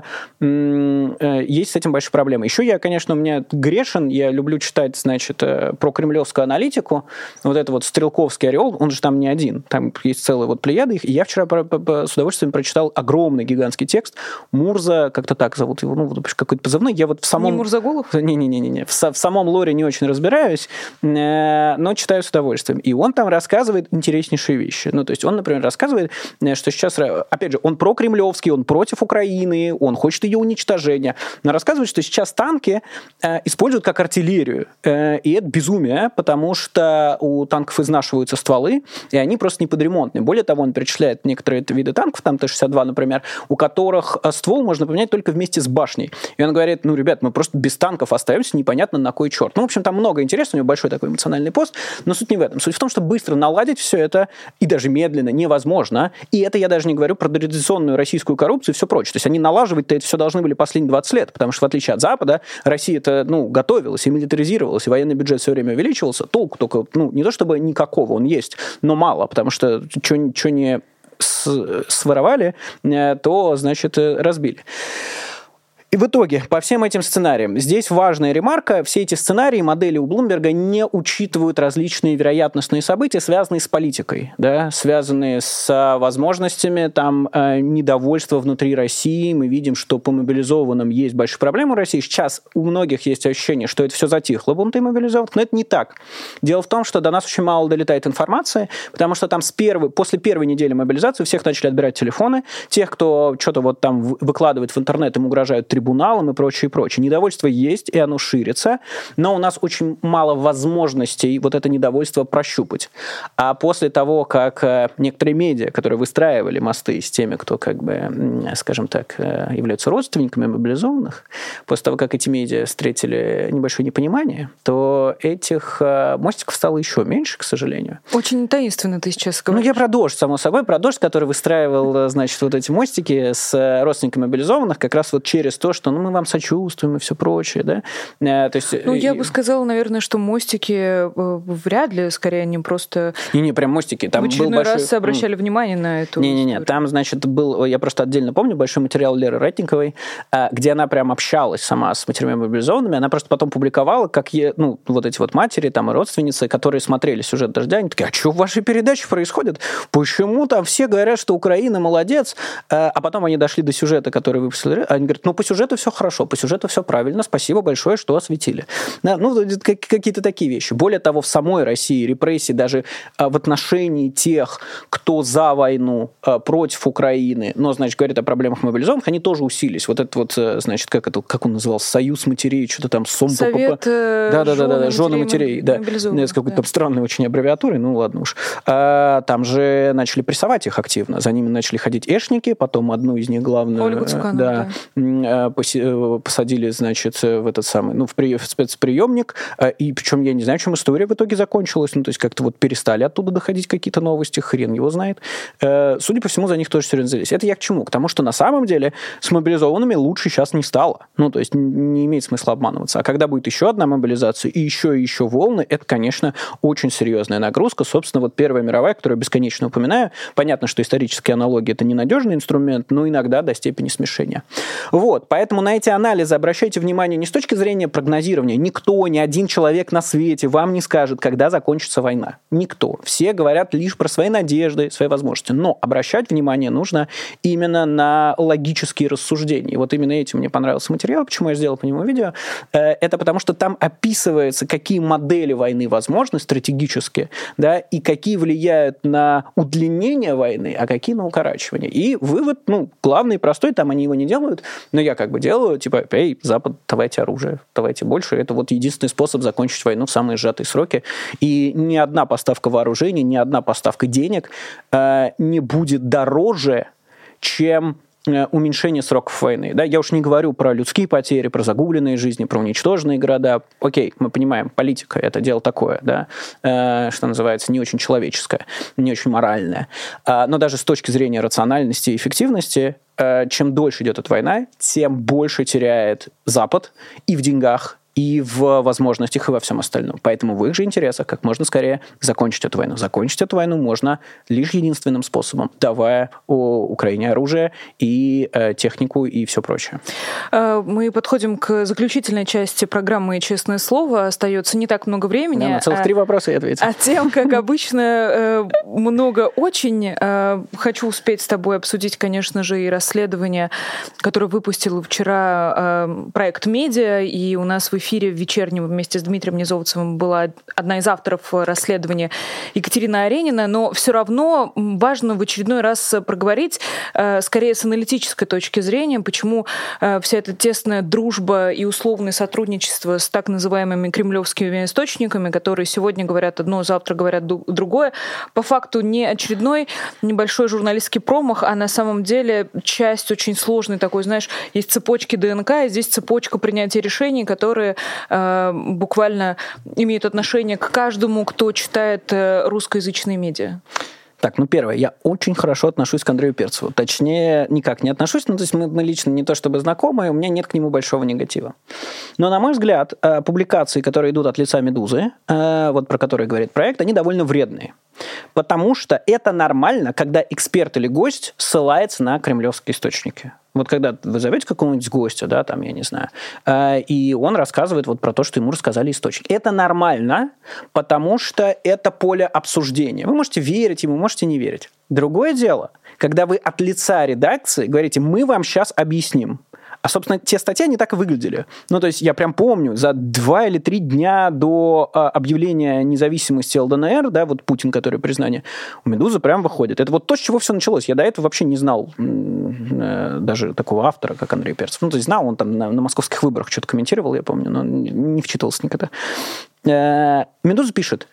есть с этим большие проблемы. Еще я, конечно, у меня грешен, я люблю читать, про кремлевскую аналитику, вот это вот Стрелковский орел, он же там не один, там есть целая вот плеяда их, и я вчера с удовольствием прочитал огромный гигантский текст, Мурза, как-то так зовут его, какой-то позывной, я вот в самом... Не Мурзагулов? Не-не-не, в самом лоре не очень разбираюсь, но читаю с удовольствием. И он там рассказывает интереснейшие вещи. То есть он, например, рассказывает, что сейчас, опять же, он прокремлевский, он против Украины, он хочет ее уничтожения, но рассказывает, что сейчас танки используют как артиллерию, и это безумие, потому что у танков изнашиваются стволы, и они просто не подремонтные. Более того, он перечисляет некоторые виды танков, там Т-62, например, у которых ствол можно поменять только вместе с башней. И он говорит, ребят, мы просто без танков остаемся, непонятно на кой черт. В общем, там много интересного, у него большой такой эмоциональный пост, но суть не в этом. Суть в том, что быстро наладить все это, и даже медленно, невозможно. И это я даже не говорю про традиционную российскую коррупцию и все прочее. То есть они налаживать-то это все должны были последние 20 лет, потому что, в отличие от Запада, Россия-то, готовилась и милитаризировалась, и военный бюджет все время увеличивался, толку только, не то чтобы никакого, он есть, но мало, потому что что не своровали, то, значит, разбили. И в итоге, по всем этим сценариям, здесь важная ремарка, все эти сценарии, модели у Блумберга не учитывают различные вероятностные события, связанные с политикой, да, связанные с возможностями недовольства внутри России. Мы видим, что по мобилизованным есть большие проблемы у России. Сейчас у многих есть ощущение, что это все затихло, бунты мобилизованных, но это не так. Дело в том, что до нас очень мало долетает информации, потому что там после первой недели мобилизации у всех начали отбирать телефоны, тех, кто что-то выкладывает в интернет, им угрожают трибуналом и прочее, прочее. Недовольство есть, и оно ширится, но у нас очень мало возможностей вот это недовольство прощупать. А после того, как некоторые медиа, которые выстраивали мосты с теми, кто, скажем так, являются родственниками мобилизованных, после того, как эти медиа встретили небольшое непонимание, то этих мостиков стало еще меньше, к сожалению. Очень таинственно ты сейчас говоришь. Я про Дождь, само собой, про Дождь, который выстраивал, вот эти мостики с родственниками мобилизованных как раз вот через то, что мы вам сочувствуем и все прочее, да. То есть, я бы сказала, наверное, что мостики вряд ли, скорее, они просто... Не, прям мостики. Там в очередной раз обращали внимание на эту Не, там, значит, был, я просто отдельно помню, большой материал Леры Ратниковой, где она прям общалась сама с матерями мобилизованными, она просто потом публиковала, как вот эти вот матери там и родственницы, которые смотрели сюжет «Дождя», они такие, а что в вашей передаче происходит? Почему там все говорят, что Украина молодец, а потом они дошли до сюжета, который выпустили, они говорят, по сюжету все хорошо, по сюжету все правильно, спасибо большое, что осветили. Да, какие-то такие вещи. Более того, в самой России репрессии даже в отношении тех, кто за войну, против Украины, но, значит, говорят о проблемах мобилизованных, они тоже усилились. Вот это вот, значит, как он назывался, Союз матерей, что-то там, Совет жены матерей, да. С какой-то там странной очень аббревиатурой, ладно уж. Там же начали прессовать их активно. За ними начали ходить эшники, потом одну из них, главную, Ольгу Цуканову, посадили, значит, в этот самый, в спецприемник, и причем я не знаю, чем история в итоге закончилась, то есть как-то вот перестали оттуда доходить какие-то новости, хрен его знает. Судя по всему, за них тоже серьезно взялись. Это я к чему? К тому, что на самом деле с мобилизованными лучше сейчас не стало. То есть не имеет смысла обманываться. А когда будет еще одна мобилизация и еще волны, это, конечно, очень серьезная нагрузка. Собственно, вот Первая мировая, которую я бесконечно упоминаю, понятно, что исторические аналогии — это ненадежный инструмент, но иногда до степени смешения. Вот, поэтому на эти анализы обращайте внимание не с точки зрения прогнозирования. Никто, ни один человек на свете вам не скажет, когда закончится война. Никто. Все говорят лишь про свои надежды, свои возможности. Но обращать внимание нужно именно на логические рассуждения. И вот именно этим мне понравился материал, почему я сделал по нему видео. Это потому, что там описывается, какие модели войны возможны стратегически, да, и какие влияют на удлинение войны, а какие на укорачивание. И вывод, главный и простой, там они его не делают, но я как бы делаю, типа, Запад, давайте оружие, давайте больше. Это вот единственный способ закончить войну в самые сжатые сроки. И ни одна поставка вооружений, ни одна поставка денег не будет дороже, чем уменьшение сроков войны. Да? Я уж не говорю про людские потери, про загубленные жизни, про уничтоженные города. Окей, мы понимаем, политика — это дело такое, да? Что называется, не очень человеческое, не очень моральное. Но даже с точки зрения рациональности и эффективности, чем дольше идет эта война, тем больше теряет Запад и в деньгах, и в возможностях, и во всем остальном. Поэтому в их же интересах как можно скорее закончить эту войну. Закончить эту войну можно лишь единственным способом, давая Украине оружие и технику и все прочее. Мы подходим к заключительной части программы «Честное слово». Остается не так много времени. Да, на целых 3 вопроса и ответить. А тем, как обычно, много очень. Хочу успеть с тобой обсудить, конечно же, и расследование, которое выпустил вчера проект «Медиа», и у нас в эфире в вечернем вместе с Дмитрием Низовцевым была одна из авторов расследования Екатерина Аренина, но все равно важно в очередной раз проговорить, скорее с аналитической точки зрения, почему вся эта тесная дружба и условное сотрудничество с так называемыми кремлевскими источниками, которые сегодня говорят одно, завтра говорят другое, по факту не очередной небольшой журналистский промах, а на самом деле часть очень сложной такой, знаешь, есть цепочки ДНК, и здесь цепочка принятия решений, которые буквально имеют отношение к каждому, кто читает русскоязычные медиа. Так, первое, я очень хорошо отношусь к Андрею Перцеву. Точнее, никак не отношусь, то есть мы лично не то чтобы знакомы, у меня нет к нему большого негатива. Но, на мой взгляд, публикации, которые идут от лица «Медузы», вот про которые говорит проект, они довольно вредные. Потому что это нормально, когда эксперт или гость ссылается на кремлевские источники. Вот когда вы зовете какого-нибудь гостя, да, там, я не знаю, и он рассказывает вот про то, что ему рассказали источники. Это нормально, потому что это поле обсуждения. Вы можете верить ему, можете не верить. Другое дело, когда вы от лица редакции говорите, мы вам сейчас объясним. А, собственно, те статьи, они так и выглядели. То есть я прям помню, за 2 или 3 дня до объявления независимости ЛДНР, да, вот Путин, который признание, у «Медузы» прям выходит. Это вот то, с чего все началось. Я до этого вообще не знал даже такого автора, как Андрей Перцев. То есть знал, он там на московских выборах что-то комментировал, я помню, но не вчитывался никогда. «Медуза» пишет,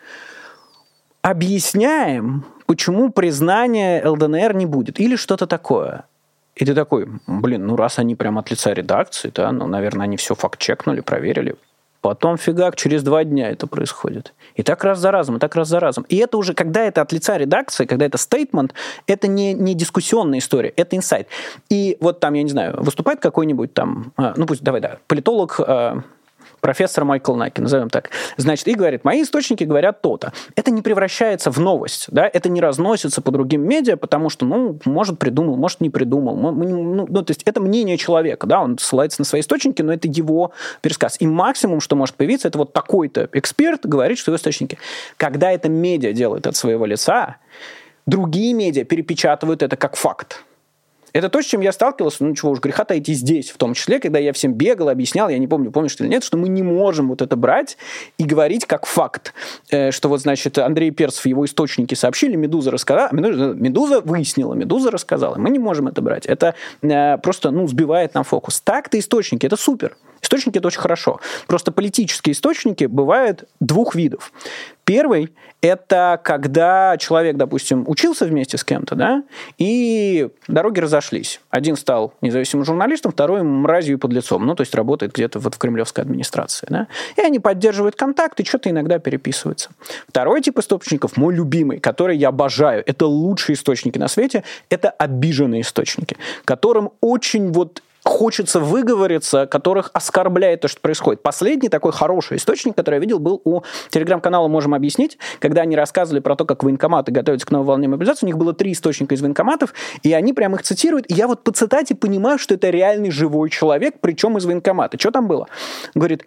объясняем, почему признания ЛДНР не будет. Или что-то такое. И ты такой, раз они прям от лица редакции, да, наверное, они все факт-чекнули, проверили. потом фигак, через 2 дня это происходит. И так раз за разом, и так раз за разом. И это уже, когда это от лица редакции, когда это стейтмент, это не дискуссионная история, это инсайт. И вот там, я не знаю, выступает какой-нибудь там, политолог, профессор Майкл Наки, назовем так, значит, и говорит, мои источники говорят то-то. Это не превращается в новость, да, это не разносится по другим медиа, потому что, может, придумал, может, не придумал. То есть это мнение человека, да, он ссылается на свои источники, но это его пересказ. И максимум, что может появиться, это вот такой-то эксперт говорит, что его источники. Когда это медиа делает от своего лица, другие медиа перепечатывают это как факт. Это то, с чем я сталкивался, чего уж греха таить и здесь, в том числе, когда я всем бегал, объяснял, я не помню, помнишь ты или нет, что мы не можем вот это брать и говорить как факт, что вот, значит, Андрей Перцев, его источники сообщили, Медуза рассказала, Медуза выяснила, Медуза рассказала. Мы не можем это брать. Это просто, сбивает нам фокус. Так-то источники, это супер. Источники – это очень хорошо. Просто политические источники бывают 2 видов. Первый – это когда человек, допустим, учился вместе с кем-то, да, и дороги разошлись. Один стал независимым журналистом, второй – мразью и подлецом. То есть работает где-то вот в кремлевской администрации. Да? И они поддерживают контакт и что-то иногда переписываются. Второй тип источников, мой любимый, который я обожаю, это лучшие источники на свете, это обиженные источники, которым очень хочется выговориться, которых оскорбляет то, что происходит. Последний такой хороший источник, который я видел, был у телеграм-канала «Можем объяснить», когда они рассказывали про то, как военкоматы готовятся к новой волне мобилизации. У них было 3 источника из военкоматов, и они прямо их цитируют. И я вот по цитате понимаю, что это реальный живой человек, причем из военкомата. Что там было? Говорит,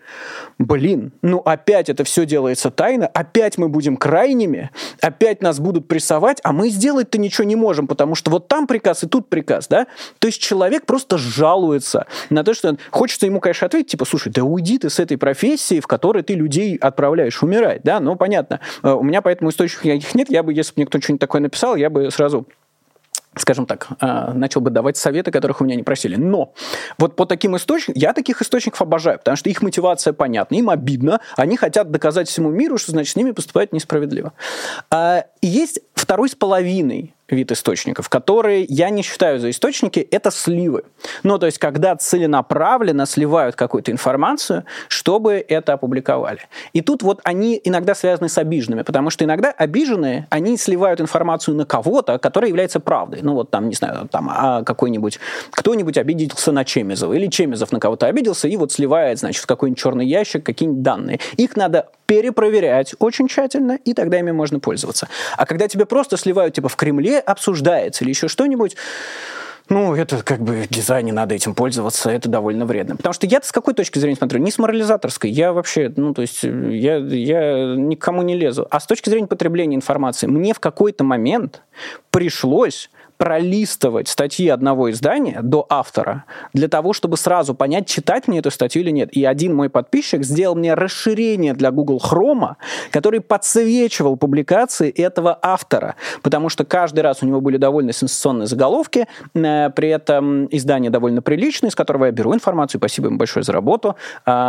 опять это все делается тайно, опять мы будем крайними, опять нас будут прессовать, а мы сделать-то ничего не можем, потому что вот там приказ и тут приказ, да? То есть человек просто жалуется на то, что хочется ему, конечно, ответить, типа, слушай, да уйди ты с этой профессии, в которой ты людей отправляешь умирать, да, понятно. У меня поэтому источников никаких нет, если бы мне кто что-нибудь такое написал, я бы сразу, скажем так, начал бы давать советы, которых у меня не просили. Но вот по таким источникам, я таких источников обожаю, потому что их мотивация понятна, им обидно, они хотят доказать всему миру, что, значит, с ними поступают несправедливо. И есть 2,5 вид источников, которые я не считаю за источники, это сливы. То есть, когда целенаправленно сливают какую-то информацию, чтобы это опубликовали. И тут вот они иногда связаны с обиженными, потому что иногда обиженные, они сливают информацию на кого-то, которая является правдой. Какой-нибудь, кто-нибудь обиделся на Чемезова, или Чемезов на кого-то обиделся, и вот сливает, значит, в какой-нибудь черный ящик какие-нибудь данные. Их надо перепроверять очень тщательно, и тогда ими можно пользоваться. А когда тебе просто сливают, типа, в Кремле обсуждается или еще что-нибудь, это в дизайне надо этим пользоваться, это довольно вредно. Потому что я-то с какой точки зрения смотрю? Не с морализаторской. Я вообще, я никому не лезу. А с точки зрения потребления информации, мне в какой-то момент пришлось пролистывать статьи одного издания до автора для того, чтобы сразу понять, читать мне эту статью или нет. И один мой подписчик сделал мне расширение для Google Chrome, который подсвечивал публикации этого автора, потому что каждый раз у него были довольно сенсационные заголовки, при этом издание довольно приличное, из которого я беру информацию, спасибо им большое за работу.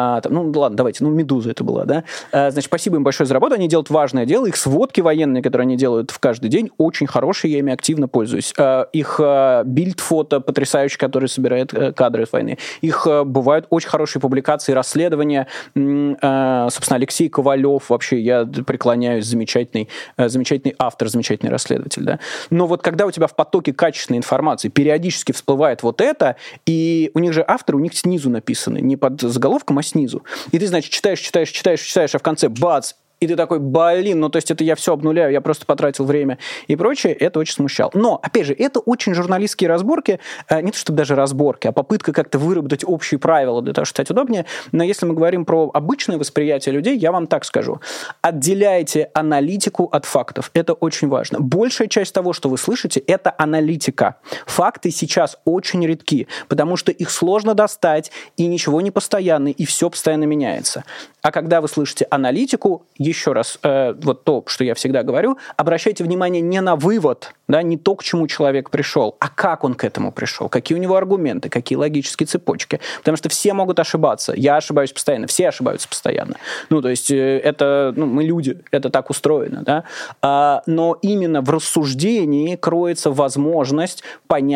Медуза это была, да? Значит, спасибо им большое за работу, они делают важное дело, их сводки военные, которые они делают в каждый день, очень хорошие, я ими активно пользуюсь. Их бильд-фото потрясающие, которые собирают кадры от войны. Их бывают очень хорошие публикации, расследования. Собственно, Алексей Ковалев, вообще я преклоняюсь, замечательный автор, замечательный расследователь. Да? Но вот когда у тебя в потоке качественной информации периодически всплывает вот это, и у них же авторы, у них снизу написаны, не под заголовком, а снизу. И ты, значит, читаешь, а в конце бац, и ты такой, то есть это я все обнуляю, я просто потратил время и прочее, это очень смущало. Но, опять же, это очень журналистские разборки, не то чтобы даже разборки, а попытка как-то выработать общие правила для того, чтобы стать удобнее. Но если мы говорим про обычное восприятие людей, я вам так скажу. Отделяйте аналитику от фактов. Это очень важно. Большая часть того, что вы слышите, это аналитика. Факты сейчас очень редки, потому что их сложно достать, и ничего не постоянно, и все постоянно меняется. А когда вы слышите аналитику, еще раз, вот то, что я всегда говорю, обращайте внимание не на вывод, да, не то, к чему человек пришел, а как он к этому пришел, какие у него аргументы, какие логические цепочки. Потому что все могут ошибаться. Я ошибаюсь постоянно, все ошибаются постоянно. То есть это, мы люди, это так устроено, да. Но именно в рассуждении кроется возможность понять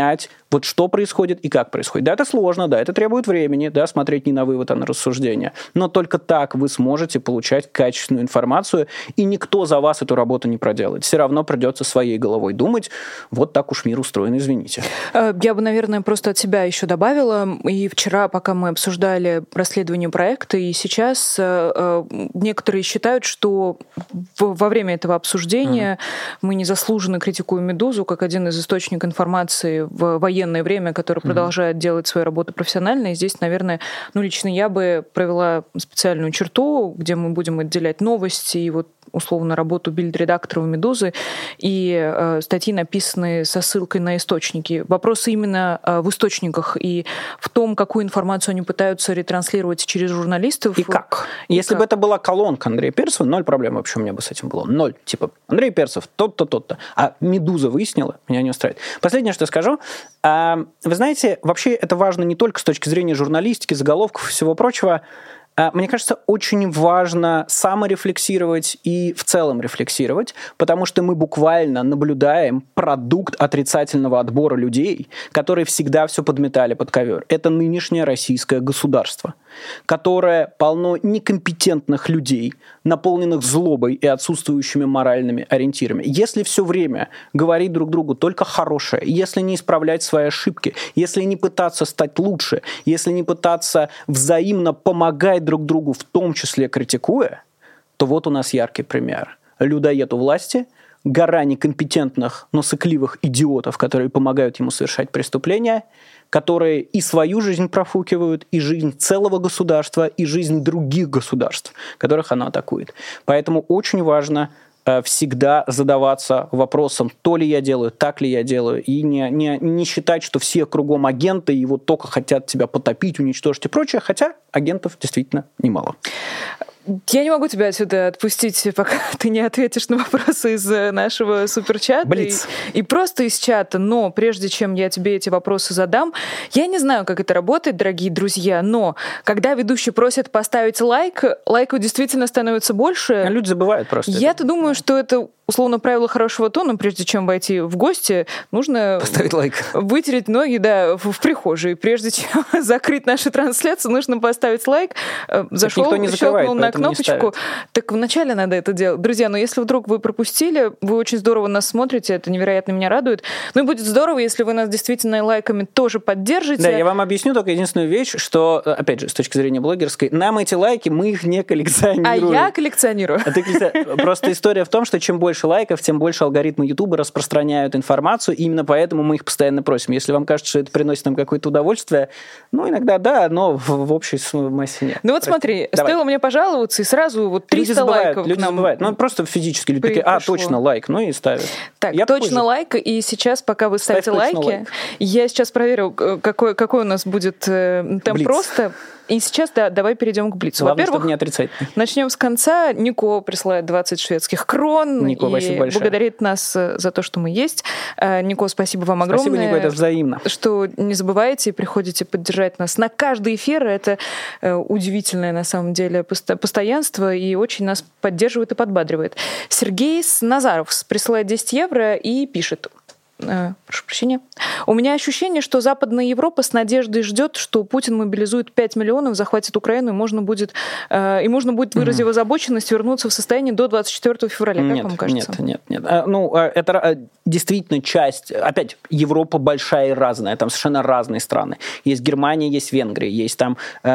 Вот что происходит и как происходит. Да, это сложно, да, это требует времени, да, смотреть не на вывод, а на рассуждение. Но только так вы сможете получать качественную информацию, и никто за вас эту работу не проделает. Все равно придется своей головой думать. Вот так уж мир устроен, извините. Я бы, наверное, просто от себя еще добавила. И вчера, пока мы обсуждали расследование проекта, и сейчас некоторые считают, что во время этого обсуждения мы незаслуженно критикуем «Медузу» как один из источников информации в военное время, который продолжает делать свою работу профессионально. И здесь, наверное, лично я бы провела специальную черту, где мы будем отделять новости и вот условно работу бильд-редакторов «Медузы» и статьи, написанные со ссылкой на источники. Вопросы именно в источниках и в том, какую информацию они пытаются ретранслировать через журналистов. И как? Если бы это была колонка Андрея Перцева, 0 проблем вообще у меня бы с этим было. 0. Типа, Андрей Перцев, тот-то, тот-то. А «Медуза» выяснила, меня не устраивает. Последнее, что скажу. Вы знаете, вообще это важно не только с точки зрения журналистики, заголовков и всего прочего. Мне кажется, очень важно саморефлексировать и в целом рефлексировать, потому что мы буквально наблюдаем продукт отрицательного отбора людей, которые всегда все подметали под ковер. Это нынешнее российское государство, которое полно некомпетентных людей, наполненных злобой и отсутствующими моральными ориентирами. Если все время говорить друг другу только хорошее, если не исправлять свои ошибки, если не пытаться стать лучше, если не пытаться взаимно помогать друг другу, в том числе критикуя, то вот у нас яркий пример. Людоед у власти, гора некомпетентных, но сыкливых идиотов, которые помогают ему совершать преступления, которые и свою жизнь профукивают, и жизнь целого государства, и жизнь других государств, которых оно атакует. Поэтому очень важно всегда задаваться вопросом, то ли я делаю, так ли я делаю, и не считать, что все кругом агенты, и вот только хотят тебя потопить, уничтожить и прочее, хотя агентов действительно немало. Я не могу тебя отсюда отпустить, пока ты не ответишь на вопросы из нашего суперчата и просто из чата. Но прежде чем я тебе эти вопросы задам, я не знаю, как это работает, дорогие друзья, но когда ведущий просит поставить лайк, лайков действительно становится больше. А люди забывают просто. Я-то думаю, что это условно правило хорошего тона, прежде чем войти в гости, нужно поставить лайк. Вытереть ноги, да, в прихожей. Прежде чем закрыть нашу трансляцию, нужно поставить лайк. Зашел, щелкнул на кнопочку. Так вначале надо это делать. Друзья, но если вдруг вы пропустили, вы очень здорово нас смотрите, это невероятно меня радует. Ну и будет здорово, если вы нас действительно лайками тоже поддержите. Да, я вам объясню только единственную вещь, что, опять же, с точки зрения блогерской, нам эти лайки, мы их не коллекционируем. А я коллекционирую. Просто история в том, что чем больше лайков, тем больше алгоритмы Ютуба распространяют информацию, и именно поэтому мы их постоянно просим. Если вам кажется, что это приносит нам какое-то удовольствие, ну, иногда да, но в общей массе нет. Ну вот смотри, стоило мне пожаловаться, и сразу вот 300 лайков люди забывают. Ну, просто физически люди такие, точно, лайк, ну и ставят. Так, точно лайк, и сейчас, пока вы ставите лайки, я сейчас проверю, какой у нас будет темп роста. И сейчас, да, давай перейдем к Блицу. Главное, во-первых, не отрицательно. Начнем с конца. Нико присылает 20 шведских крон. Нико, спасибо большое. Благодарит нас за то, что мы есть. Нико, спасибо вам огромное. Спасибо, Нико, это взаимно. Что не забывайте и приходите поддержать нас на каждый эфир. Это удивительное, на самом деле, постоянство и очень нас поддерживает и подбадривает. Сергей Назаров присылает 10 евро и пишет. Прошу прощения. У меня ощущение, что Западная Европа с надеждой ждет, что Путин мобилизует 5 миллионов, захватит Украину, и можно будет выразив озабоченность, вернуться в состояние до 24 февраля. Как вам кажется? Нет. Ну, это действительно часть. Опять, Европа большая и разная. Там совершенно разные страны. Есть Германия, есть Венгрия, есть там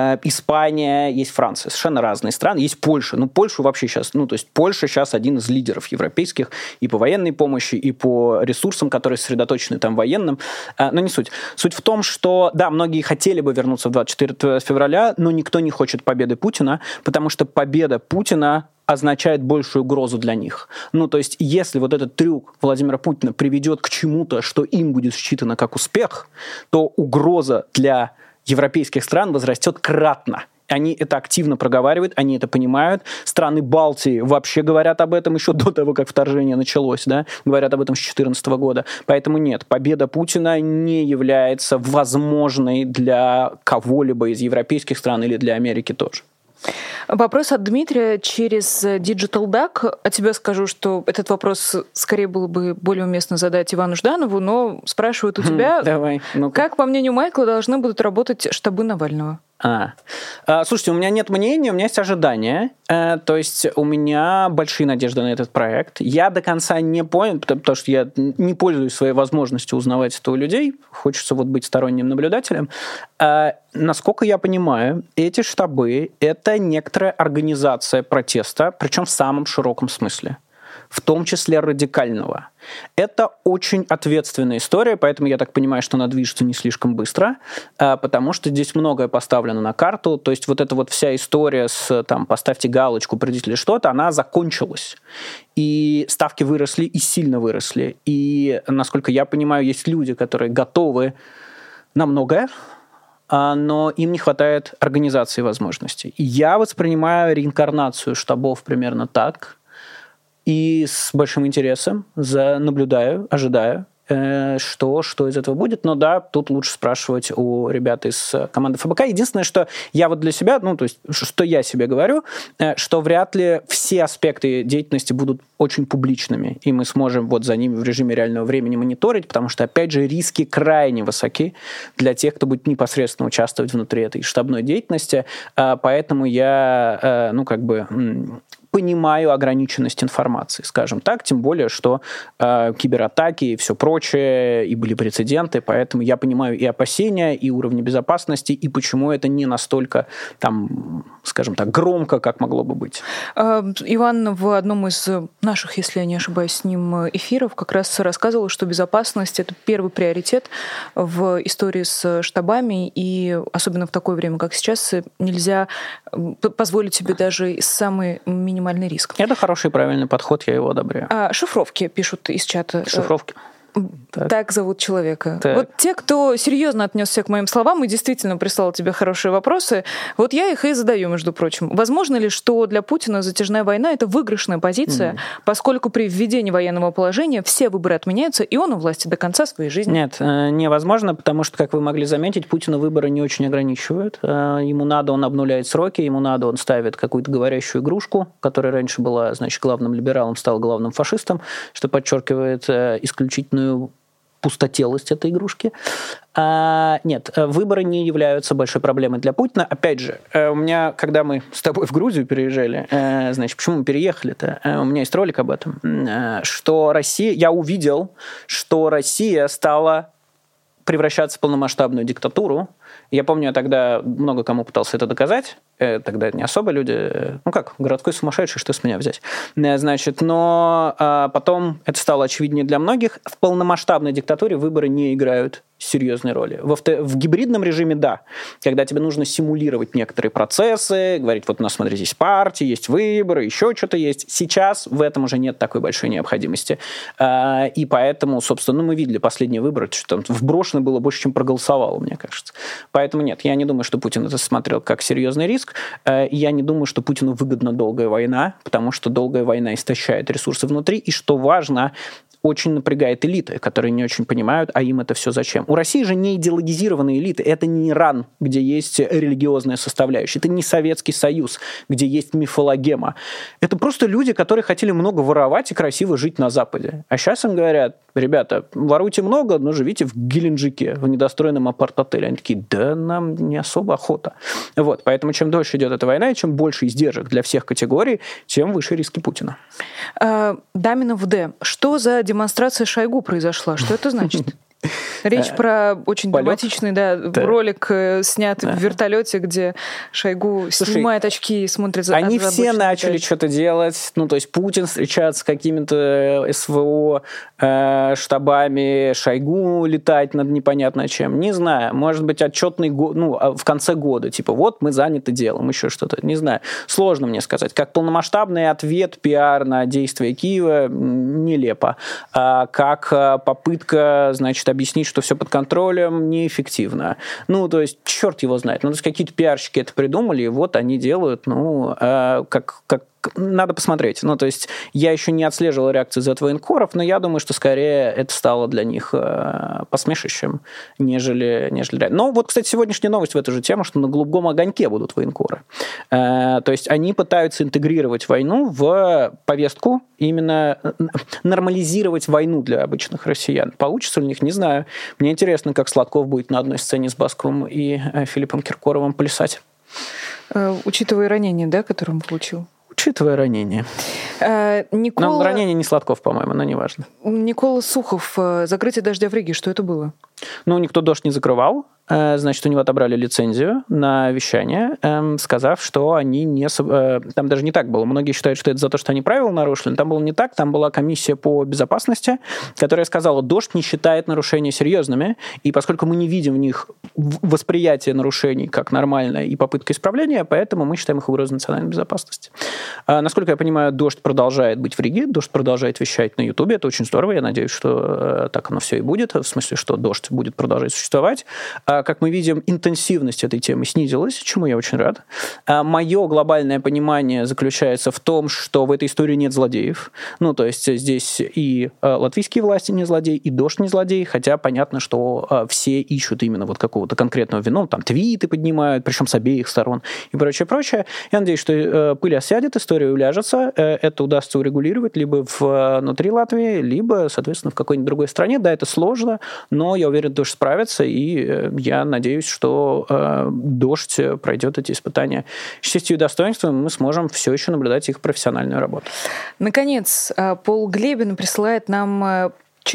Испания, есть Франция. Совершенно разные страны. Есть Польша. Ну, Польшу вообще сейчас... Ну, то есть Польша сейчас один из лидеров европейских и по военной помощи, и по ресурсам, которые сосредоточены там военным, но не суть. Суть в том, что, да, многие хотели бы вернуться в 24 февраля, но никто не хочет победы Путина, потому что победа Путина означает большую угрозу для них. Ну, то есть, если вот этот трюк Владимира Путина приведет к чему-то, что им будет считано как успех, то угроза для европейских стран возрастет кратно. Они это активно проговаривают, они это понимают. Страны Балтии вообще говорят об этом еще до того, как вторжение началось, да? Говорят об этом с 2014 года. Поэтому нет, победа Путина не является возможной для кого-либо из европейских стран или для Америки тоже. Вопрос от Дмитрия через Digital Duck. От тебя скажу, что этот вопрос скорее было бы более уместно задать Ивану Жданову, но спрашивают у тебя, Давай, как, по мнению Майкла, должны будут работать штабы Навального? Слушайте, у меня нет мнения, у меня есть ожидания. То есть у меня большие надежды на этот проект. Я до конца не понял, потому что я не пользуюсь своей возможностью узнавать это у людей. Хочется вот быть сторонним наблюдателем. Насколько я понимаю, эти штабы — это некоторая организация протеста, причем в самом широком смысле, в том числе радикального. Это очень ответственная история, поэтому я так понимаю, что она движется не слишком быстро, потому что здесь многое поставлено на карту. То есть вот эта вот вся история с там, поставьте галочку, придите ли что-то, она закончилась. И ставки выросли, и сильно выросли. И, насколько я понимаю, есть люди, которые готовы на многое, но им не хватает организации возможностей. И я воспринимаю реинкарнацию штабов примерно так, и с большим интересом наблюдаю, ожидаю, что из этого будет. Но да, тут лучше спрашивать у ребят из команды ФБК. Единственное, что я вот для себя, то есть, что я себе говорю, что вряд ли все аспекты деятельности будут очень публичными, и мы сможем вот за ними в режиме реального времени мониторить, потому что, опять же, риски крайне высоки для тех, кто будет непосредственно участвовать внутри этой штабной деятельности. Поэтому я, понимаю ограниченность информации, скажем так, тем более, что кибератаки и все прочее, и были прецеденты, поэтому я понимаю и опасения, и уровни безопасности, и почему это не настолько, скажем так, громко, как могло бы быть. Иван в одном из наших, если я не ошибаюсь, с ним эфиров как раз рассказывал, что безопасность — это первый приоритет в истории с штабами, и особенно в такое время, как сейчас, нельзя позволить себе даже самый минимальный риск. Это хороший и правильный подход, я его одобряю. Шифровки пишут из чата. Шифровки. Так зовут человека. Так. Вот те, кто серьезно отнесся к моим словам и действительно прислал тебе хорошие вопросы, вот я их и задаю, между прочим. Возможно ли, что для Путина затяжная война — это выигрышная позиция, поскольку при введении военного положения все выборы отменяются, и он у власти до конца своей жизни? Нет, невозможно, потому что, как вы могли заметить, Путина выборы не очень ограничивают. Ему надо, он обнуляет сроки, ему надо, он ставит какую-то говорящую игрушку, которая раньше была, главным либералом, стала главным фашистом, что подчеркивает исключительную пустотелость этой игрушки. Нет, выборы не являются большой проблемой для Путина. Опять же, у меня, когда мы с тобой в Грузию переезжали, почему мы переехали-то? У меня есть ролик об этом, что я увидел, что Россия стала превращаться в полномасштабную диктатуру. Я помню, я тогда много кому пытался это доказать. Тогда не особо люди... городской сумасшедший, что с меня взять? Но потом это стало очевиднее для многих. В полномасштабной диктатуре выборы не играют серьезной роли. В гибридном режиме — да. Когда тебе нужно симулировать некоторые процессы, говорить, вот у нас, смотри, здесь партии, есть выборы, еще что-то есть. Сейчас в этом уже нет такой большой необходимости. И поэтому, собственно, мы видели последние выборы, что там вброшено было больше, чем проголосовало, мне кажется. Поэтому нет, я не думаю, что Путин это смотрел как серьезный риск. Я не думаю, что Путину выгодна долгая война, потому что долгая война истощает ресурсы внутри, и, что важно, очень напрягает элиты, которые не очень понимают, а им это все зачем. У России же не идеологизированные элиты. Это не Иран, где есть религиозная составляющая. Это не Советский Союз, где есть мифологема. Это просто люди, которые хотели много воровать и красиво жить на Западе. А сейчас им говорят, ребята, воруйте много, но живите в Геленджике, в недостроенном апарт-отеле. Они такие, да нам не особо охота. Вот, поэтому чем дольше идет эта война, и чем больше издержек для всех категорий, тем выше риски Путина. Даминов Д. Что за демонстрация Шойгу произошла? Что это значит? Речь про очень драматичный ролик, снят в вертолете, где Шойгу снимает очки и смотрит за... Они все начали что-то делать. То есть Путин встречаться с какими-то СВО штабами, Шойгу летать над непонятно чем. Не знаю. Может быть, отчетный год, в конце года. Типа, вот мы заняты делом, еще что-то. Не знаю. Сложно мне сказать. Как полномасштабный ответ, пиар на действия Киева нелепо. Как попытка, объяснить, что все под контролем, неэффективно. То есть, черт его знает. То есть, какие-то пиарщики это придумали, и вот они делают, как надо посмотреть. Ну, то есть я еще не отслеживал реакцию Z-военкоров, но я думаю, что скорее это стало для них посмешищем, нежели реально. Но вот, кстати, сегодняшняя новость в эту же тему, что на голубом огоньке будут военкоры. То есть они пытаются интегрировать войну в повестку, именно нормализировать войну для обычных россиян. Получится ли у них, не знаю. Мне интересно, как Сладков будет на одной сцене с Басковым и Филиппом Киркоровым плясать. Учитывая ранение, да, которое он получил? Учитывая ранение. Но ранение не Сладков, по-моему, но неважно. Никола Сухов. Закрытие «Дождя» в Риге. Что это было? Ну, никто «Дождь» не закрывал. Значит, у него отобрали лицензию на вещание, сказав, что они не... Там даже не так было. Многие считают, что это за то, что они правила нарушили. Там было не так. Там была комиссия по безопасности, которая сказала, «Дождь» не считает нарушения серьезными, и поскольку мы не видим в них восприятие нарушений как нормальное и попытка исправления, поэтому мы считаем их угрозой национальной безопасности. Насколько я понимаю, «Дождь» продолжает быть в Риге, «Дождь» продолжает вещать на Ютубе. Это очень здорово. Я надеюсь, что так оно все и будет. В смысле, что «Дождь» будет продолжать существовать. Как мы видим, интенсивность этой темы снизилась, чему я очень рад. Мое глобальное понимание заключается в том, что в этой истории нет злодеев. Ну, то есть здесь и латвийские власти не злодеи, и «Дождь» не злодей, хотя понятно, что все ищут именно вот какого-то конкретного вину, там твиты поднимают, причем с обеих сторон и прочее. Я надеюсь, что пыль осядет, история уляжется, это удастся урегулировать либо внутри Латвии, либо, соответственно, в какой-нибудь другой стране. Да, это сложно, но я уверен, «Дождь» справится, и я надеюсь, что «Дождь» пройдет эти испытания с честью и достоинством, и мы сможем все еще наблюдать их профессиональную работу. Наконец, Пол Глебин присылает нам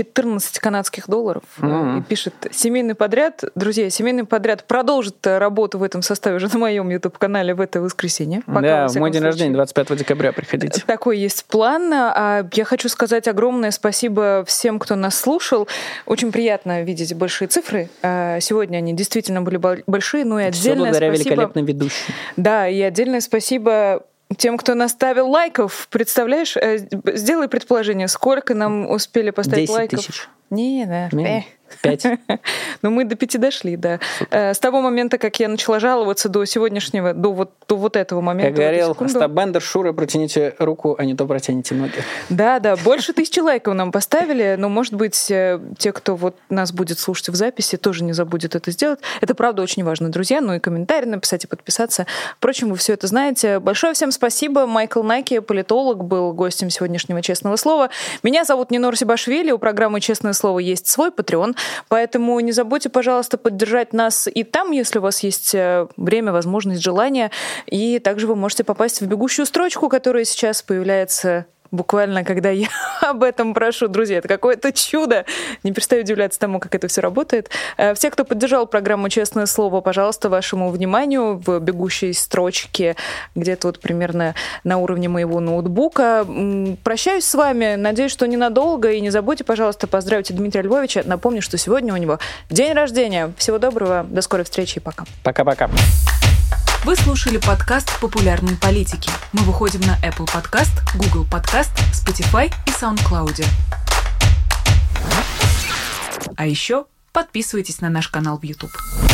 14 канадских долларов и пишет: семейный подряд. Друзья, семейный подряд продолжит работу в этом составе уже на моем YouTube-канале в это воскресенье. Да, в мой день рождения, 25 декабря, приходите. Такой есть план. Я хочу сказать огромное спасибо всем, кто нас слушал. Очень приятно видеть большие цифры. Сегодня они действительно были большие, но и отдельное благодаря спасибо... великолепным ведущим. Да, и отдельное спасибо тем, кто наставил лайков. Представляешь, сделай предположение, сколько нам успели поставить 10 лайков? 000. Не, да. 5. Ну, мы до 5 дошли, да. С того момента, как я начала жаловаться, до сегодняшнего, до вот этого момента. Я говорил, Остап Бендер, Шура, протяните руку, а не то протяните ноги. Да, больше 1000 лайков нам поставили, но, может быть, те, кто вот нас будет слушать в записи, тоже не забудет это сделать. Это, правда, очень важно, друзья. Ну и комментарий написать, и подписаться. Впрочем, вы все это знаете. Большое всем спасибо. Майкл Наки, политолог, был гостем сегодняшнего «Честного слова». Меня зовут Нинор Сибашвили. У программы «Честное слово» есть свой Patreon. Поэтому не забудьте, пожалуйста, поддержать нас и там, если у вас есть время, возможность, желание. И также вы можете попасть в бегущую строчку, которая сейчас появляется буквально, когда я об этом прошу. Друзья, это какое-то чудо. Не перестаю удивляться тому, как это все работает. Все, кто поддержал программу «Честное слово», пожалуйста, вашему вниманию в бегущей строчке, где-то вот примерно на уровне моего ноутбука. Прощаюсь с вами. Надеюсь, что ненадолго. И не забудьте, пожалуйста, поздравить Дмитрия Львовича. Напомню, что сегодня у него день рождения. Всего доброго. До скорой встречи и пока. Пока-пока. Вы слушали подкаст «Популярные политики». Мы выходим на Apple Podcast, Google Podcast, Spotify и SoundCloud. А еще подписывайтесь на наш канал в YouTube.